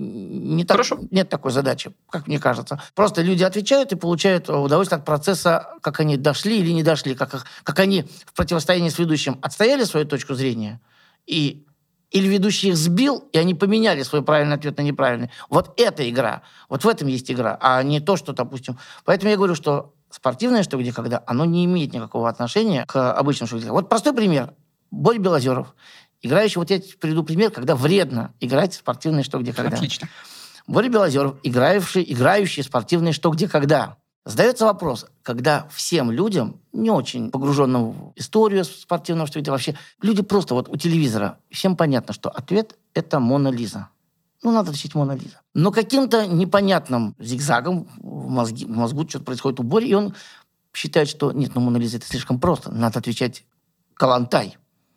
Нет такой задачи, как мне кажется. Просто люди отвечают и получают удовольствие от процесса, как они дошли или не дошли, как они в противостоянии с ведущим отстояли свою точку зрения, или ведущий их сбил, и они поменяли свой правильный ответ на неправильный. Вот это игра. Вот в этом есть игра, а не то, что, допустим... Поэтому я говорю, что спортивное «Что, где, когда», оно не имеет никакого отношения к обычному «Что, где, когда». Вот простой пример. Боря Белозеров, играющий... Вот я приведу пример, когда вредно играть в спортивное «Что, где, когда». Отлично. Боря Белозеров, играющий спортивное «Что, где, когда». Задается вопрос, когда всем людям, не очень погруженным в историю спортивного «Что, где, вообще, люди просто вот у телевизора, всем понятно, что ответ – это «Мона Лиза». Надо отвечать «Мона Лиза». Но каким-то непонятным зигзагом в мозгу что-то происходит у Бори, и он считает, что нет, «Мона Лиза» — это слишком просто. Надо отвечать «Калантай».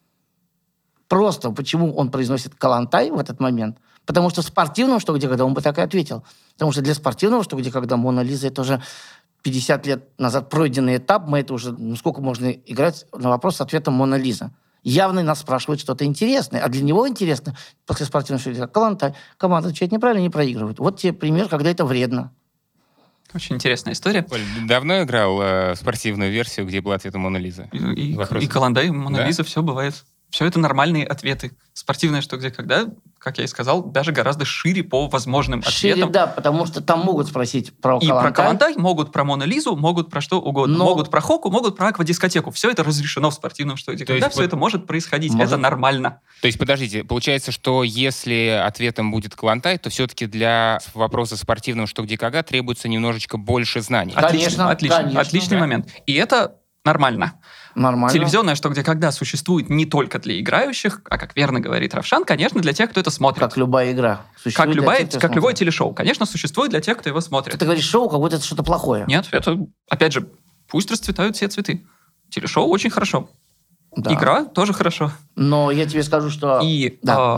Просто почему он произносит «Калантай» в этот момент? Потому что в спортивном «Что, где, когда» он бы так и ответил. Потому что для спортивного «Что, где, когда» «Мона Лиза» — это уже 50 лет назад пройденный этап. Мы это уже... сколько можно играть на вопрос с ответом «Мона Лиза»? Явно нас спрашивают что-то интересное, а для него интересно после спортивного «Что, где, Калантай». Команда отвечает неправильно, не проигрывает. Вот тебе пример, когда это вредно. Очень интересная история. Оль, давно играл в спортивную версию, где был ответом «Мона Лиза»? И Калантай, «Мона Лиза», все бывает. Все это нормальные ответы. Спортивное «Что, где, когда», как я и сказал, даже гораздо шире по возможным ответам. Шире, да, потому что там могут спросить про И Калантай. про Калантай, могут про «Мону Лизу», могут про что угодно. Могут про Хоку, могут про аквадискотеку. Все это разрешено в спортивном «Что, где, когда». Все это может происходить. Это нормально. То есть, подождите, получается, что если ответом будет Калантай, то все-таки для вопроса спортивного «Что, где, когда» требуется немножечко больше знаний. Конечно, Отличный момент. И это нормально. Нормально. Телевизионное «Что, где, когда» существует не только для играющих, а, как верно говорит Равшан, конечно, для тех, кто это смотрит. Как любая игра. Как любое телешоу. Конечно, существует для тех, кто его смотрит. Ты говоришь шоу, как будто это что-то плохое. Нет, это, опять же, пусть расцветают все цветы. Телешоу очень хорошо. Да. Игра тоже хорошо. Но я тебе скажу, что... И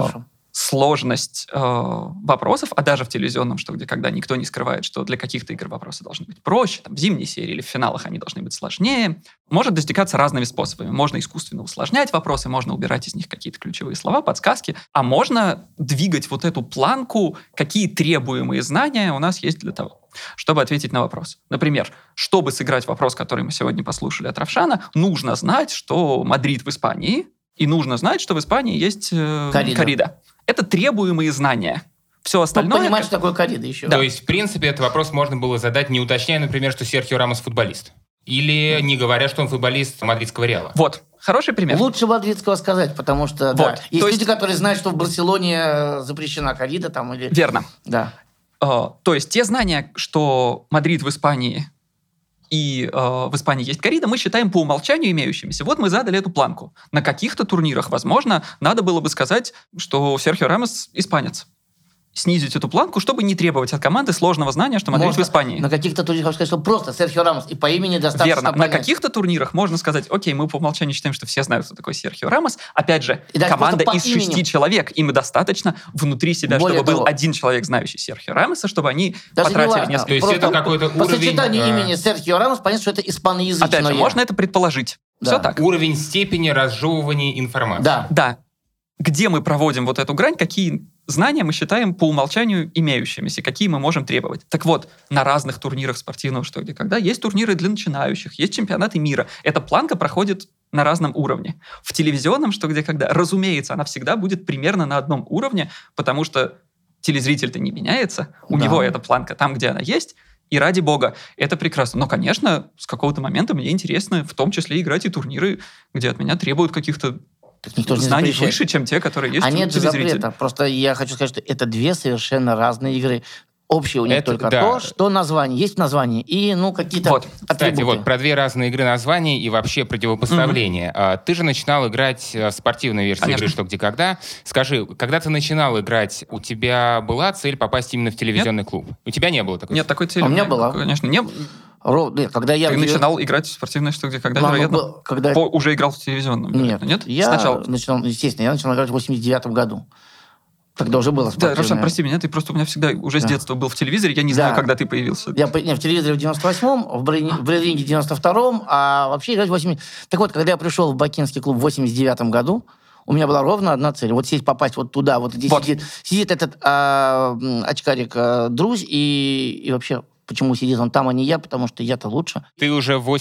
сложность вопросов, а даже в телевизионном «Что, где, когда» никто не скрывает, что для каких-то игр вопросы должны быть проще, там, в зимней серии или в финалах они должны быть сложнее, может достигаться разными способами. Можно искусственно усложнять вопросы, можно убирать из них какие-то ключевые слова, подсказки, а можно двигать вот эту планку, какие требуемые знания у нас есть для того, чтобы ответить на вопрос. Например, чтобы сыграть вопрос, который мы сегодня послушали от Равшана, нужно знать, что Мадрид в Испании, и нужно знать, что в Испании есть коррида. Это требуемые знания. Все остальное... понимаешь, что такое коррида еще. Да. То есть, в принципе, этот вопрос можно было задать, не уточняя, например, что Серхио Рамос футболист. Или не говоря, что он футболист мадридского Реала. Вот. Хороший пример. Лучше мадридского сказать, потому что есть люди, которые знают, что в Барселоне запрещена коррида там или... Верно. Да. То есть те знания, что Мадрид в Испании и в Испании есть коррида, мы считаем по умолчанию имеющимися. Вот мы задали эту планку. На каких-то турнирах, возможно, надо было бы сказать, что Серхио Рамос испанец. Снизить эту планку, чтобы не требовать от команды сложного знания, что Мадрид в Испании. На каких-то турнирах можно сказать, что просто Серхио Рамос, и по имени достаточно Верно. понять. На каких-то турнирах можно сказать, окей, мы по умолчанию считаем, что все знают, кто такой Серхио Рамос. Опять же, команда из 6 человек, им достаточно внутри себя, более чтобы того, был один человек, знающий Серхио Рамоса, чтобы они даже потратили несколько... То есть это какой-то по уровень... сочетанию имени Серхио Рамос понятно, что это испаноязычное. Опять же, можно это предположить. Да. Все так. Уровень степени разжевывания информации. Да. Где мы проводим вот эту грань, какие знания мы считаем по умолчанию имеющимися, какие мы можем требовать. Так вот, на разных турнирах спортивного «Что, где, когда» есть турниры для начинающих, есть чемпионаты мира. Эта планка проходит на разном уровне. В телевизионном «Что, где, когда», разумеется, она всегда будет примерно на одном уровне, потому что телезритель-то не меняется, у него эта планка там, где она есть, и ради бога, это прекрасно. Но, конечно, с какого-то момента мне интересно в том числе играть и турниры, где от меня требуют каких-то знаний выше, чем те, которые есть у телезрителя. Нет запрета. Просто я хочу сказать, что это две совершенно разные игры. Общее у них только то, что название. Есть название и какие-то атрибуты. Кстати, про две разные игры названий и вообще противопоставление. Ты же начинал играть в спортивной версии игры «Что, где, когда». Скажи, когда ты начинал играть, у тебя была цель попасть именно в телевизионный клуб? У тебя не было такой? Нет, такой цели. У меня была. Конечно, не было. Когда я начинал играть в спортивное «Что, где, когда», вероятно, уже играл в телевизионном. Нет, я начинал играть в 89 году. Тогда уже было Да, спортивное. Равшан, прости меня, ты просто у меня всегда уже с Да. детства был в телевизоре, я не знаю, когда ты появился. Я в телевизоре в 98-м, в Брейринге в 92-м, а вообще играть в 80... Так вот, когда я пришел в бакинский клуб в 89-м году, у меня была ровно одна цель. Вот сесть, попасть вот туда, вот здесь сидит этот очкарик Друзь, и вообще, почему сидит он там, а не я, потому что я-то лучше. Ты уже в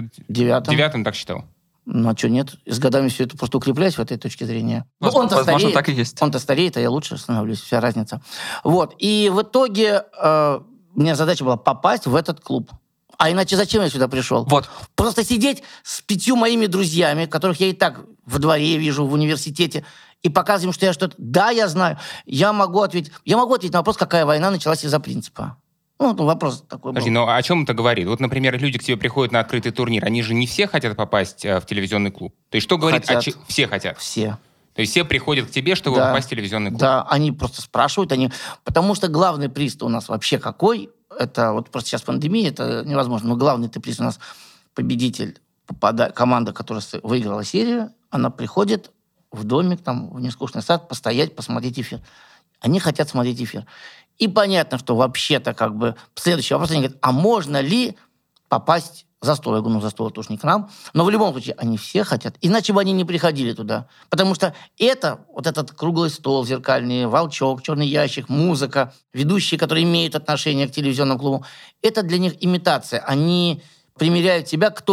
89-м так считал? Ну, а что, нет? С годами все это просто укреплять в этой точке зрения. Возможно, стареет, так и есть. Он-то стареет, а я лучше становлюсь. Вся разница. Вот. И в итоге у меня задача была попасть в этот клуб. А иначе зачем я сюда пришел? Вот. Просто сидеть с 5 моими друзьями, которых я и так во дворе вижу, в университете, и показывать им, что я что-то... Да, я знаю. Я могу ответить на вопрос, какая война началась из-за принципа. Ну, вопрос такой был. Подожди, но о чем это говорит? Вот, например, люди к тебе приходят на открытый турнир, они же не все хотят попасть в телевизионный клуб. То есть что говорит... Все хотят? Все. То есть все приходят к тебе, чтобы попасть в телевизионный клуб? Да, они просто спрашивают, потому что главный приз у нас вообще какой? Это вот просто сейчас пандемия, это невозможно, но главный-то приз у нас победитель, команда, которая выиграла серию, она приходит в домик, там, в нескучный сад, постоять, посмотреть эфир. Они хотят смотреть эфир. И понятно, что вообще-то как бы следующий вопрос, они говорят, а можно ли попасть за стол? Я говорю, за стол это уж не к нам. Но в любом случае, они все хотят. Иначе бы они не приходили туда. Потому что вот этот круглый стол зеркальный, волчок, черный ящик, музыка, ведущие, которые имеют отношение к телевизионному клубу, это для них имитация. Они примеряют себя к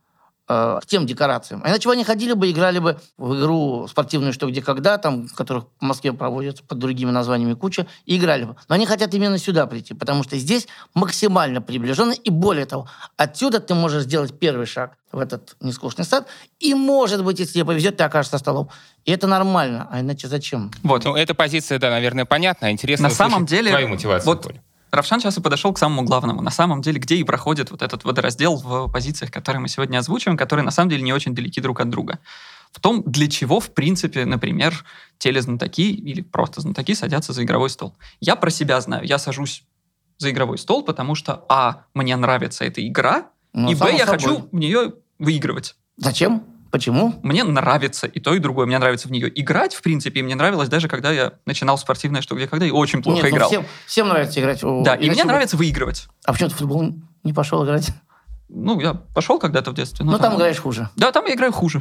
к тем декорациям. А иначе бы они ходили бы, играли бы в игру спортивную «Что, где, когда», там, которых в Москве проводятся под другими названиями куча, и играли бы. Но они хотят именно сюда прийти, потому что здесь максимально приближенно, и более того, отсюда ты можешь сделать первый шаг в этот нескучный сад, и, может быть, если тебе повезет, ты окажешься за столом. И это нормально, а иначе зачем? Вот. Ну, эта позиция, да, наверное, понятна. Интересно на самом деле, твою мотивацию, вот, Коля. Равшан сейчас и подошел к самому главному. На самом деле, где и проходит вот этот водораздел в позициях, которые мы сегодня озвучиваем, которые на самом деле не очень далеки друг от друга. В том, для чего, в принципе, например, телезнатоки или просто знатоки садятся за игровой стол. Я про себя знаю. Я сажусь за игровой стол, потому что, мне нравится эта игра, и, я хочу в нее выигрывать. Зачем? Почему? Мне нравится и то, и другое. Мне нравится в нее играть, в принципе, и мне нравилось даже, когда я начинал спортивное «Что, где, когда», и очень плохо играл. Всем нравится играть. Да, и мне нравится выигрывать. А почему ты в футбол не пошел играть? Ну, я пошел когда-то в детстве. Но там играешь хуже. Да, там я играю хуже.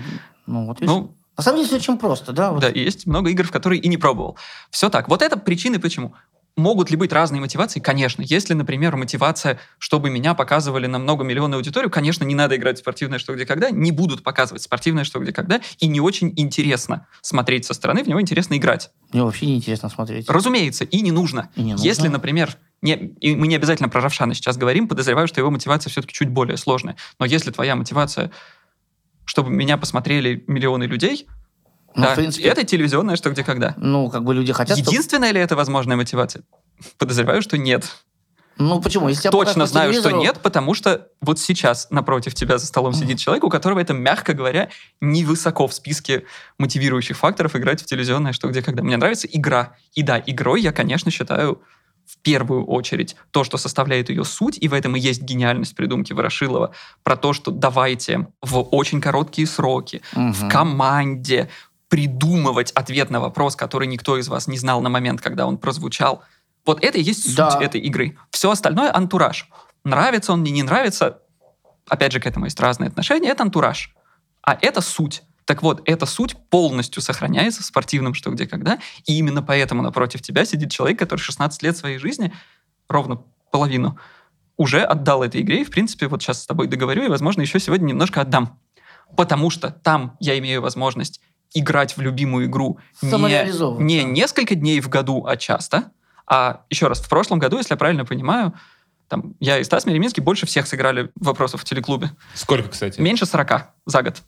Вот видишь. На самом деле все очень просто, да? Да, и есть много игр, в которые и не пробовал. Все так. Вот это причины, почему. Могут ли быть разные мотивации? Конечно. Если, например, мотивация, чтобы меня показывали на многомиллионную аудиторию, конечно, не надо играть в спортивное «Что, где, когда», не будут показывать спортивное «Что, где, когда», и не очень интересно смотреть со стороны, в него интересно играть. Мне вообще не интересно смотреть. Разумеется, и не нужно. Если, например, и мы не обязательно про Равшана сейчас говорим, подозреваю, что его мотивация все-таки чуть более сложная. Но если твоя мотивация, чтобы меня посмотрели миллионы людей, в принципе, это телевизионное «Что, где, когда». Люди хотят... Единственная ли это возможная мотивация? Подозреваю, что нет. Почему? Если точно знаю, что нет, потому что вот сейчас напротив тебя за столом сидит человек, у которого это, мягко говоря, невысоко в списке мотивирующих факторов играть в телевизионное «Что, где, когда». Мне нравится игра. И да, игрой я, конечно, считаю в первую очередь то, что составляет ее суть, и в этом и есть гениальность придумки Ворошилова, про то, что давайте в очень короткие сроки, в команде придумывать ответ на вопрос, который никто из вас не знал на момент, когда он прозвучал. Вот это и есть суть этой игры. Все остальное — антураж. Нравится он мне, не нравится, опять же, к этому есть разные отношения, это антураж. А это суть. Так вот, эта суть полностью сохраняется в спортивном «Что, где, когда», и именно поэтому напротив тебя сидит человек, который 16 лет своей жизни, ровно половину, уже отдал этой игре, и, в принципе, вот сейчас с тобой договорю, и, возможно, еще сегодня немножко отдам. Потому что там я имею возможность играть в любимую игру не несколько дней в году, а часто. А еще раз, в прошлом году, если я правильно понимаю, я и Стас Мереминский больше всех сыграли вопросов в телеклубе. Сколько, кстати? Меньше 40 за год.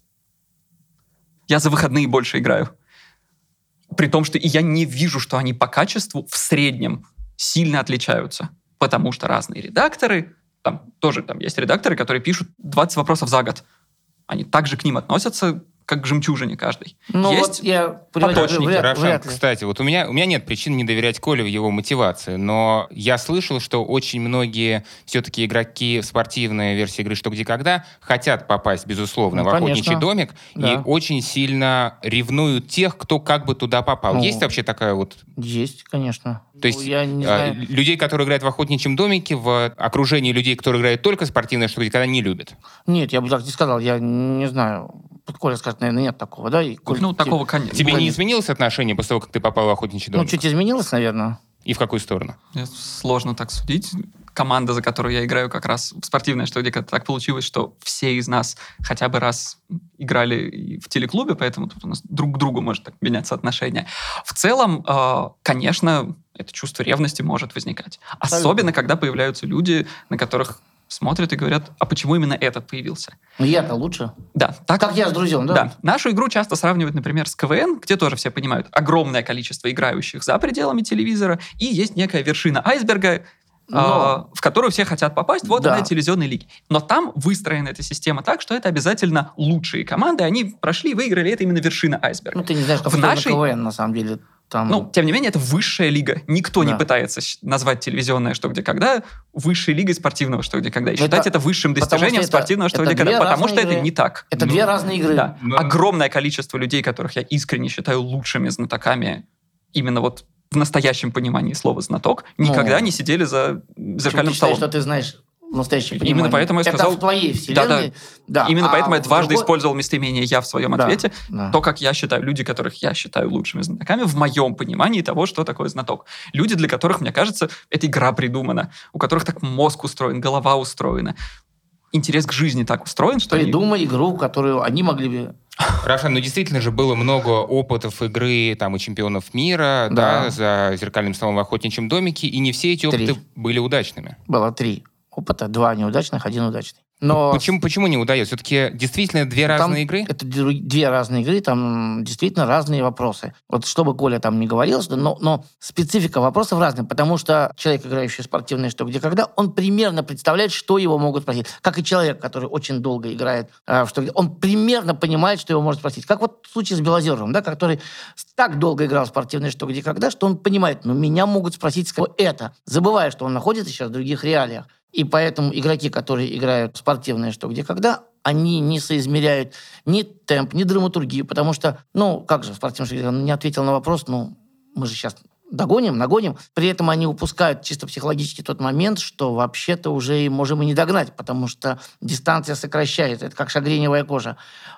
Я за выходные больше играю. При том, что и я не вижу, что они по качеству в среднем сильно отличаются. Потому что разные редакторы, там есть редакторы, которые пишут 20 вопросов за год. Они также к ним относятся, как к жемчужине каждой. Ну, Есть вот я понимаю, поточники. Равшан, кстати, вот у меня нет причин не доверять Коле в его мотивации, но я слышал, что очень многие все-таки игроки в спортивной версии игры «Что, где, когда» хотят попасть, безусловно, в охотничий домик и очень сильно ревнуют тех, кто как бы туда попал. Есть вообще такая вот... Есть, конечно. То есть я не знаю. людей, которые играют в охотничьем домике, в окружении людей, которые играют только спортивное «Что, где, когда» не любят. Нет, я бы так не сказал. Я не знаю. Коля скажет, наверное, нет такого, да? И Коль, такого, конечно. Тебе не изменилось отношение после того, как ты попал в охотничий домик? Ну, чуть изменилось, наверное. И в какую сторону? Сложно так судить. Команда, за которую я играю, как раз в спортивной «Что, где, когда» так получилось, что все из нас хотя бы раз играли в телеклубе, поэтому тут у нас друг к другу может так меняться отношение. В целом, конечно, это чувство ревности может возникать. Абсолютно. Особенно, когда появляются люди, на которых смотрят и говорят, а почему именно этот появился? Ну, я-то лучше. Да. Так, как я с друзьям, да? Да. Нашу игру часто сравнивают, например, с КВН, где тоже все понимают огромное количество играющих за пределами телевизора, и есть некая вершина айсберга, в которую все хотят попасть, вот она, телевизионной лиги. Но там выстроена эта система так, что это обязательно лучшие команды, они прошли и выиграли, это именно вершина айсберга. Ну, ты не знаешь, как в КВН, на самом деле. Там... Ну, тем не менее, это высшая лига. Никто не пытается назвать телевизионное «Что, где, когда» высшей лигой спортивного «Что, где, когда». И считать это высшим достижением спортивного «Что, где, когда». Потому что это не так. Это две разные игры. Да. Огромное количество людей, которых я искренне считаю лучшими знатоками, именно вот в настоящем понимании слова «знаток», никогда не сидели за зеркальным столом. Что ты знаешь в настоящем понимании. Именно поэтому я сказал... Это в твоей вселенной. Да. Именно поэтому я дважды использовал местоимение «я» в своем ответе. Да. То, как я считаю, люди, которых я считаю лучшими знатоками, в моем понимании того, что такое знаток. Люди, для которых, мне кажется, эта игра придумана, у которых так мозг устроен, голова устроена, интерес к жизни так устроен, что... Придумай игру, которую они могли бы... Равшан, ну действительно же было много опытов игры там, у чемпионов мира за зеркальным столом в охотничьем домике, и не все эти опыты были удачными. Было 3 опыта, 2 неудачных, 1 удачный. Но... Почему не удается? Все-таки действительно две разные игры? Это 2 разные игры, там действительно разные вопросы. Вот что бы Коля там ни говорил, но специфика вопросов разная, потому что человек, играющий в спортивное «Что, где, когда», он примерно представляет, что его могут спросить. Как и человек, который очень долго играет в «Что, где», он примерно понимает, что его может спросить. Как вот в случае с Белозеровым, да, который так долго играл в спортивное «Что, где, когда», что он понимает, меня могут спросить это, забывая, что он находится сейчас в других реалиях. И поэтому игроки, которые играют в спортивное «Что, где, когда», они не соизмеряют ни темп, ни драматургию, потому что, как же в спортивном «Что, где, когда» не ответил на вопрос, мы же сейчас нагоним. При этом они упускают чисто психологически тот момент, что вообще-то уже можем и не догнать, потому что дистанция сокращается. Это как шагреневая кожа.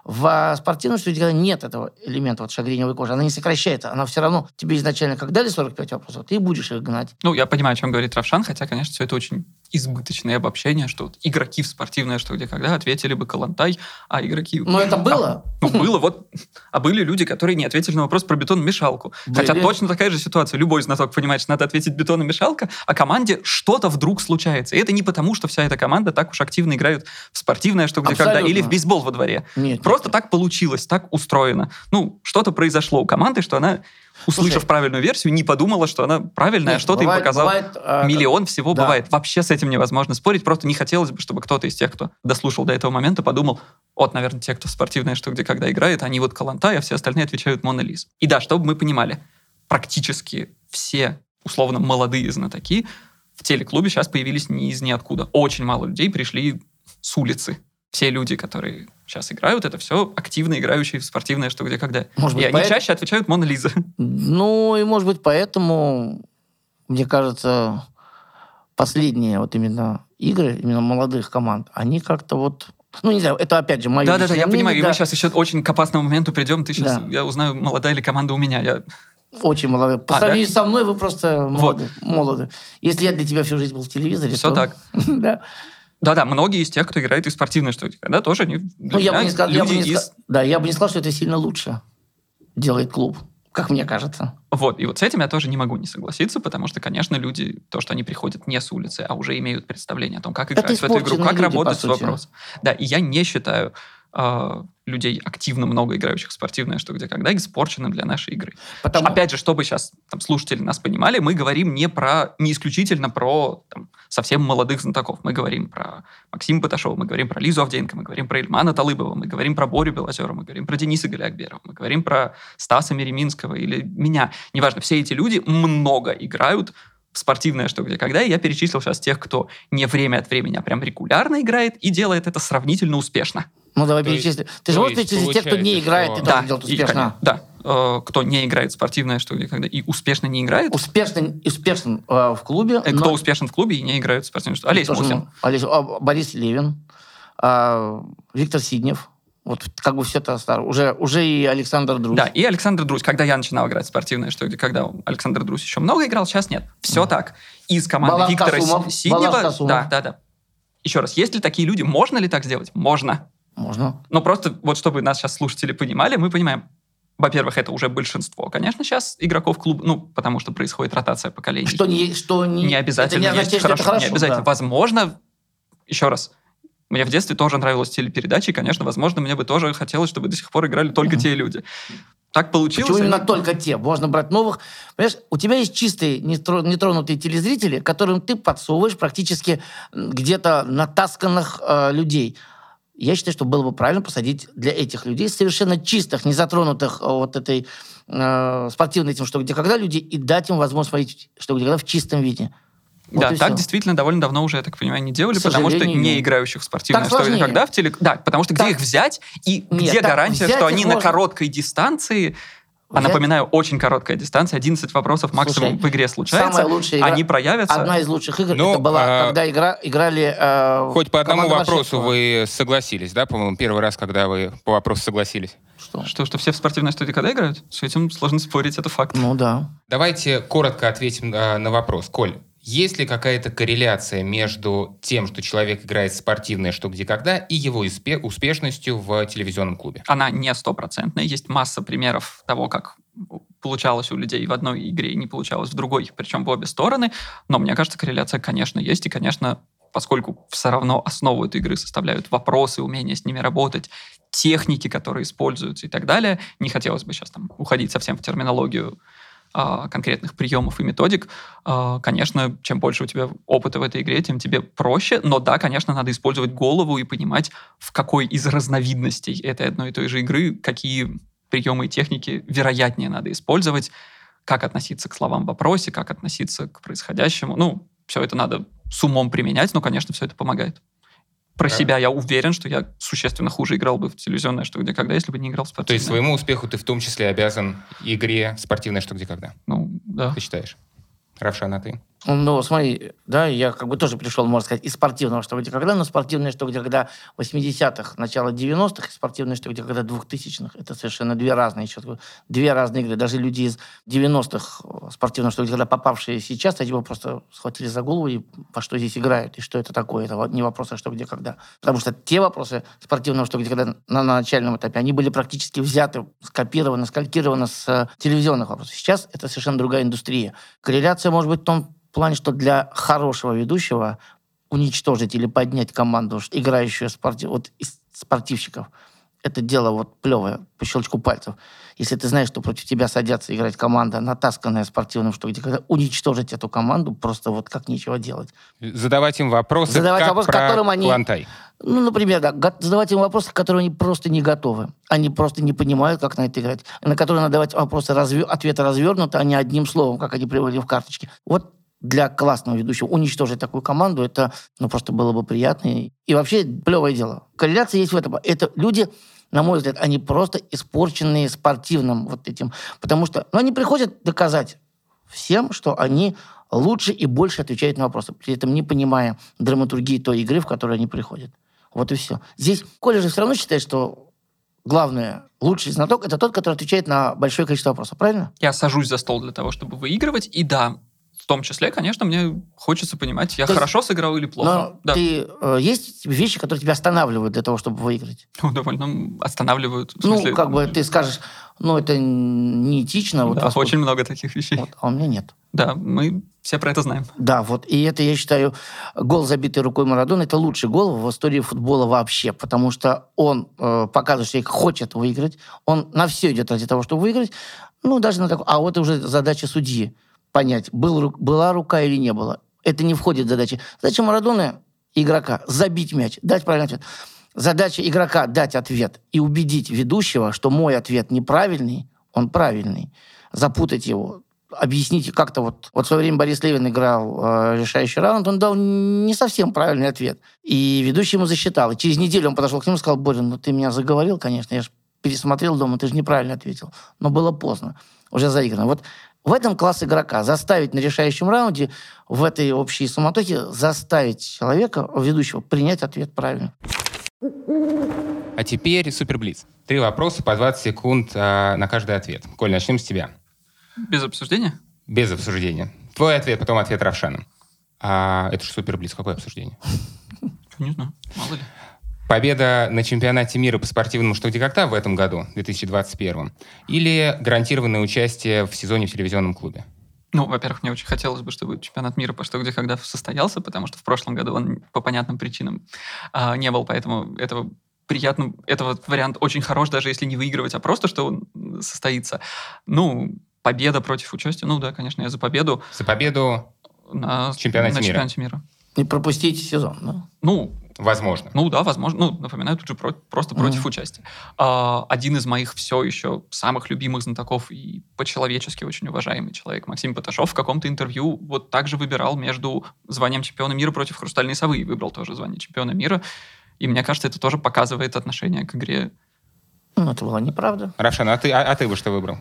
В спортивном «Что, где, когда» нет этого элемента, шагреневой кожи. Она не сокращается. Она все равно тебе изначально, как дали 45 вопросов, ты будешь их гнать. Я понимаю, о чем говорит Равшан, хотя, конечно, все это очень избыточное обобщение, что вот игроки в спортивное «Что, где, когда» ответили бы «Калантай», а игроки... Но это было. Было, А были люди, которые не ответили на вопрос про бетономешалку. Хотя точно такая же ситуация. Любой знаток понимает, что надо ответить бетономешалка, а команде что-то вдруг случается. И это не потому, что вся эта команда так уж активно играет в спортивное «Что, где, когда» или в бейсбол во дворе. Нет, просто так получилось, так устроено. Что-то произошло у команды, что она... услышав правильную версию, не подумала, что она правильная, что-то им показал. Миллион всего бывает. Вообще с этим невозможно спорить. Просто не хотелось бы, чтобы кто-то из тех, кто дослушал до этого момента, подумал, наверное, те, кто в спортивное «Что, где, когда» играет, они Калантай, а все остальные отвечают Мона Лиз. И да, чтобы мы понимали, практически все, условно, молодые знатоки в телеклубе сейчас появились ни из ниоткуда. Очень мало людей пришли с улицы. Все люди, которые сейчас играют, это все активно играющие в спортивное «Что, где, когда». И они чаще отвечают Мона Лиза. И может быть поэтому, мне кажется, последние именно игры, именно молодых команд, они как-то не знаю, это опять же мое личное мнение. Я понимаю, и мы сейчас еще очень к опасному моменту придем. Я узнаю, молодая ли команда у меня. Очень молодые. По сравнению со мной вы просто молоды. Если я для тебя всю жизнь был в телевизоре, все то... так. Да, многие из тех, кто играет и в спортивное «Что, где, когда», тоже они я бы не сказал, что это сильно лучше делает клуб, как мне кажется. И с этим я тоже не могу не согласиться, потому что, конечно, люди, то, что они приходят не с улицы, а уже имеют представление о том, как играть в эту игру, как работать с вопросом. Да, и я не считаю людей, активно много играющих в спортивное «Что, где, когда», испорчено для нашей игры. Потому- Опять же, чтобы сейчас слушатели нас понимали, мы говорим не исключительно про совсем молодых знатоков. Мы говорим про Максима Баташова, мы говорим про Лизу Авдеенко, мы говорим про Ильмана Талыбова, мы говорим про Борю Белозера, мы говорим про Дениса Галиакберова, мы говорим про Стаса Мереминского или меня. Неважно, все эти люди много играют в спортивное «Что, где, когда», и я перечислил сейчас тех, кто не время от времени, а прям регулярно играет и делает это сравнительно успешно. Ну, давай перечислим. Ты же можешь перечислить тех, кто не играет, и тоже делает успешно? Да. Кто не играет в спортивное «Что, где, когда» и успешно не играет. Успешен в клубе. Кто успешен в клубе и не играет в спортивное «Что». Олесь Мухин. Борис Левин, Виктор Сиднев. Вот как бы все это уже и Александр Друзь. Да, и Александр Друзь. Когда я начинал играть в спортивное «Что, где, когда», Александр Друзь еще много играл, сейчас нет. Все так. Из команды Балаш Виктора Сиднева... Да. Еще раз, есть ли такие люди? Можно ли так сделать? Можно. Можно. Но просто вот чтобы нас сейчас слушатели понимали, мы понимаем, во-первых, это уже большинство, конечно, сейчас игроков клуба, потому что происходит ротация поколений. Что не обязательно это не означает, есть, что это хорошо, не обязательно. Да. Возможно, еще раз, мне в детстве тоже нравилась телепередача, и, конечно, возможно, мне бы тоже хотелось, чтобы до сих пор играли только те люди. Так получилось. Почему именно только те? Можно брать новых. Понимаешь, у тебя есть чистые, нетронутые телезрители, которым ты подсовываешь практически где-то натасканных людей. Я считаю, что было бы правильно посадить для этих людей совершенно чистых, незатронутых вот этой спортивной этим «Что, где, когда» людей и дать им возможность смотреть «Что, где, когда» в чистом виде. Вот да, так все. действительно довольно давно уже, я так понимаю, не делали, потому что не играющих в спортивное «Что, где, когда» в Да, потому что где их взять и где гарантия, что они на короткой дистанции... А напоминаю, очень короткая дистанция, 11 вопросов максимум в игре случается. Самая лучшая игра, они проявятся. Одна из лучших игр это была, когда играли... Хоть по одному вопросу вы согласились, да, по-моему, первый раз, когда вы по вопросу согласились? Что все в спортивной «Что, где, когда» играют? С этим сложно спорить, это факт. Ну да. Давайте коротко ответим на вопрос. Коль, есть ли какая-то корреляция между тем, что человек играет в спортивное «Что, где, когда» и его успешностью в телевизионном клубе? Она не 100%. Есть масса примеров того, как получалось у людей в одной игре и не получалось в другой, причем в обе стороны. Но мне кажется, корреляция, конечно, есть. И, конечно, поскольку все равно основу этой игры составляют вопросы, умение с ними работать, техники, которые используются и так далее, не хотелось бы сейчас уходить совсем в терминологию конкретных приемов и методик, конечно, чем больше у тебя опыта в этой игре, тем тебе проще. Но да, конечно, надо использовать голову и понимать, в какой из разновидностей этой одной и той же игры какие приемы и техники вероятнее надо использовать, как относиться к словам в вопросе, как относиться к происходящему. Все это надо с умом применять, но, конечно, все это помогает. Про себя я уверен, что я существенно хуже играл бы в телевизионное «Что, где, когда», если бы не играл в спортивное. То есть своему успеху ты в том числе обязан игре спортивное «Что, где, когда»? Да. Ты считаешь? Равшан, а ты? Смотри, да, я тоже пришел, можно сказать, из спортивного «Что, где, когда», но спортивное «Что, где, когда» 80-х, начало 90-х, и спортивное «Что, где, когда» 2000-х. Это совершенно две разные игры. Даже люди из 90-х спортивного «Что, где, когда», попавшие сейчас, они бы просто схватили за голову и во что здесь играют, и что это такое. Это не вопросы «Что, где, когда». Потому что те вопросы спортивного «Что, где, когда» на начальном этапе, они были практически взяты, скопированы, скалькированы с телевизионных вопросов. Сейчас это совершенно другая индустрия. Корреляция может быть в том плане, что для хорошего ведущего уничтожить или поднять команду, играющую из спортивщиков, это дело плевое, по щелчку пальцев. Если ты знаешь, что против тебя садятся играть команда, натасканная спортивным «Что, где, когда», уничтожить эту команду просто как нечего делать. Задавать им вопросы, которым они... Квантай. Например, задавать им вопросы, к которым они просто не готовы. Они просто не понимают, как на это играть. На которые надо давать вопросы, ответы развернуты, а не одним словом, как они приводили в карточке. Для классного ведущего уничтожить такую команду, это просто было бы приятно. И вообще плевое дело. Корреляция есть в этом. Это люди, на мой взгляд, они просто испорченные спортивным этим. Потому что они приходят доказать всем, что они лучше и больше отвечают на вопросы, при этом не понимая драматургии той игры, в которую они приходят. Вот и все. Здесь Коля же все равно считает, что главное, лучший знаток — это тот, который отвечает на большое количество вопросов. Правильно? Я сажусь за стол для того, чтобы выигрывать. И да, в том числе, конечно, мне хочется понимать, я То есть- хорошо сыграл или плохо. Но есть вещи, которые тебя останавливают для того, чтобы выиграть? Ну, довольно останавливают. В смысле, Ну, как бы ты скажешь, это неэтично. Вот да, поскольку- очень много таких вещей. Вот, а у меня нет. Да, мы все про это знаем. Да, вот. И это, я считаю, гол, забитый рукой Марадоны, это лучший гол в истории футбола вообще, потому что он показывает, что человек хочет выиграть, он на все идет ради того, чтобы выиграть, даже на такое. А вот уже задача судьи понять, была рука или не было. Это не входит в задачи. Задача Марадоны, игрока, забить мяч, дать правильный ответ. Задача игрока дать ответ и убедить ведущего, что мой ответ неправильный, он правильный. Запутать его, объясните как-то. Вот в свое время Борис Левин играл решающий раунд, он дал не совсем правильный ответ. И ведущий ему засчитал. И через неделю он подошел к нему и сказал: Борин, ты меня заговорил, конечно, я же пересмотрел дома, ты же неправильно ответил. Но было поздно, уже заиграно. Вот в этом класс игрока. Заставить на решающем раунде, в этой общей суматохе, заставить человека, ведущего, принять ответ правильно. А теперь суперблиц. 3 вопроса по 20 секунд на каждый ответ. Коль, начнем с тебя. Без обсуждения? Без обсуждения. Твой ответ, потом ответ Равшана. Это же суперблиц. Какое обсуждение? Не знаю, мало ли. Победа на чемпионате мира по спортивному «Что, где, когда» в этом году, 2021, или гарантированное участие в сезоне в телевизионном клубе? Во-первых, мне очень хотелось бы, чтобы чемпионат мира по «Что, где, когда» состоялся, потому что в прошлом году он по понятным причинам не был, поэтому этого вариант очень хорош, даже если не выигрывать, а просто, что он состоится. Победа против участия. Да, конечно, я за победу. За победу на чемпионате мира. Не пропустить сезон, да? Возможно. Да, возможно. Напоминаю, тут же просто против участия. Один из моих все еще самых любимых знатоков и по-человечески очень уважаемый человек Максим Паташов в каком-то интервью вот также выбирал между званием чемпиона мира против «Хрустальной совы» и выбрал тоже звание чемпиона мира. И мне кажется, это тоже показывает отношение к игре. Это была неправда. Равшан, а ты бы что выбрал?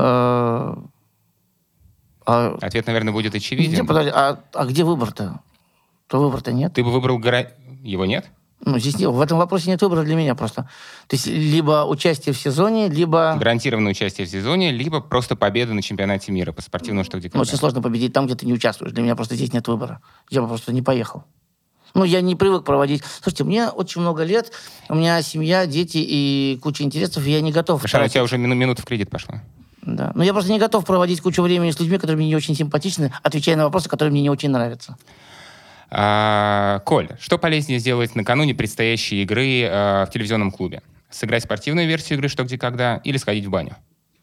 Ответ, наверное, будет очевиден. Подожди, а где выбор-то? То выбора-то нет. Ты бы выбрал... Его нет? Здесь в этом вопросе нет выбора для меня просто. То есть либо участие в сезоне, либо... Гарантированное участие в сезоне, либо просто победа на чемпионате мира по спортивному «Что, где, когда». Очень сложно победить там, где ты не участвуешь. Для меня просто здесь нет выбора. Я бы просто не поехал. Я не привык проводить... Слушайте, мне очень много лет, у меня семья, дети и куча интересов, и я не готов... Равшан, у тебя уже минута в кредит пошла. Да. Я просто не готов проводить кучу времени с людьми, которые мне не очень симпатичны, отвечая на вопросы, которые мне не очень нравятся. Коль, что полезнее сделать накануне предстоящей игры в телевизионном клубе? Сыграть спортивную версию игры «Что, где, когда» или сходить в баню?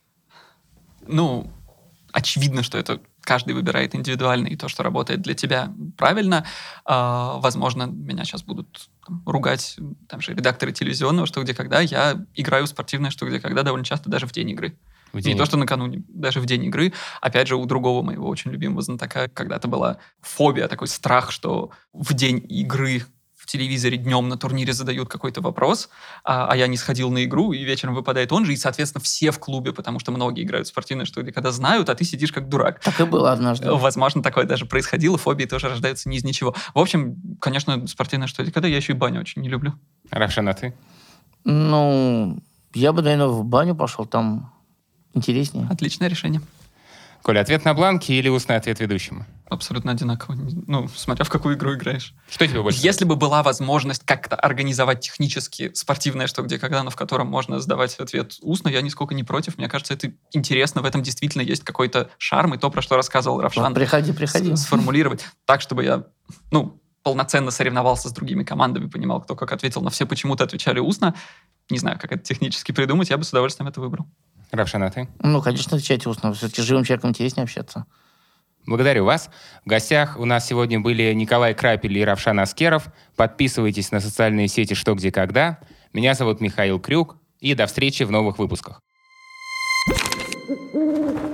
Очевидно, что это каждый выбирает индивидуально, и то, что работает для тебя, правильно. Возможно, меня сейчас будут ругать же редакторы телевизионного «Что, где, когда». Я играю в спортивное «Что, где, когда» довольно часто даже в день игры. Не то, что накануне, даже в день игры. Опять же, у другого моего очень любимого знатока когда-то была фобия, такой страх, что в день игры в телевизоре днем на турнире задают какой-то вопрос, а я не сходил на игру, и вечером выпадает он же, и, соответственно, все в клубе, потому что многие играют в спортивное «Что, где, когда» знают, а ты сидишь как дурак. Так и было однажды. Возможно, такое даже происходило, фобии тоже рождаются не из ничего. В общем, конечно, спортивное «Что, где, когда» я еще и баню очень не люблю. Равшан, а ты? Я бы, наверное, в баню пошел, там интереснее. Отличное решение. Коля, ответ на бланке или устный ответ ведущему? Абсолютно одинаково. Смотря в какую игру играешь. Что тебе больше? Если бы была возможность как-то организовать технически спортивное «Что, где, когда», но в котором можно сдавать ответ устно, я нисколько не против. Мне кажется, это интересно. В этом действительно есть какой-то шарм, и то, про что рассказывал Равшан. Приходи. Сформулировать так, чтобы я, полноценно соревновался с другими командами, понимал, кто как ответил, но все почему-то отвечали устно. Не знаю, как это технически придумать, я бы с удовольствием это выбрал. Равшан, а ты? Конечно, отвечать устно. Все-таки с живым человеком интереснее общаться. Благодарю вас. В гостях у нас сегодня были Николай Крапель и Равшан Аскеров. Подписывайтесь на социальные сети «Что, где, когда». Меня зовут Михаил Крюк. И до встречи в новых выпусках.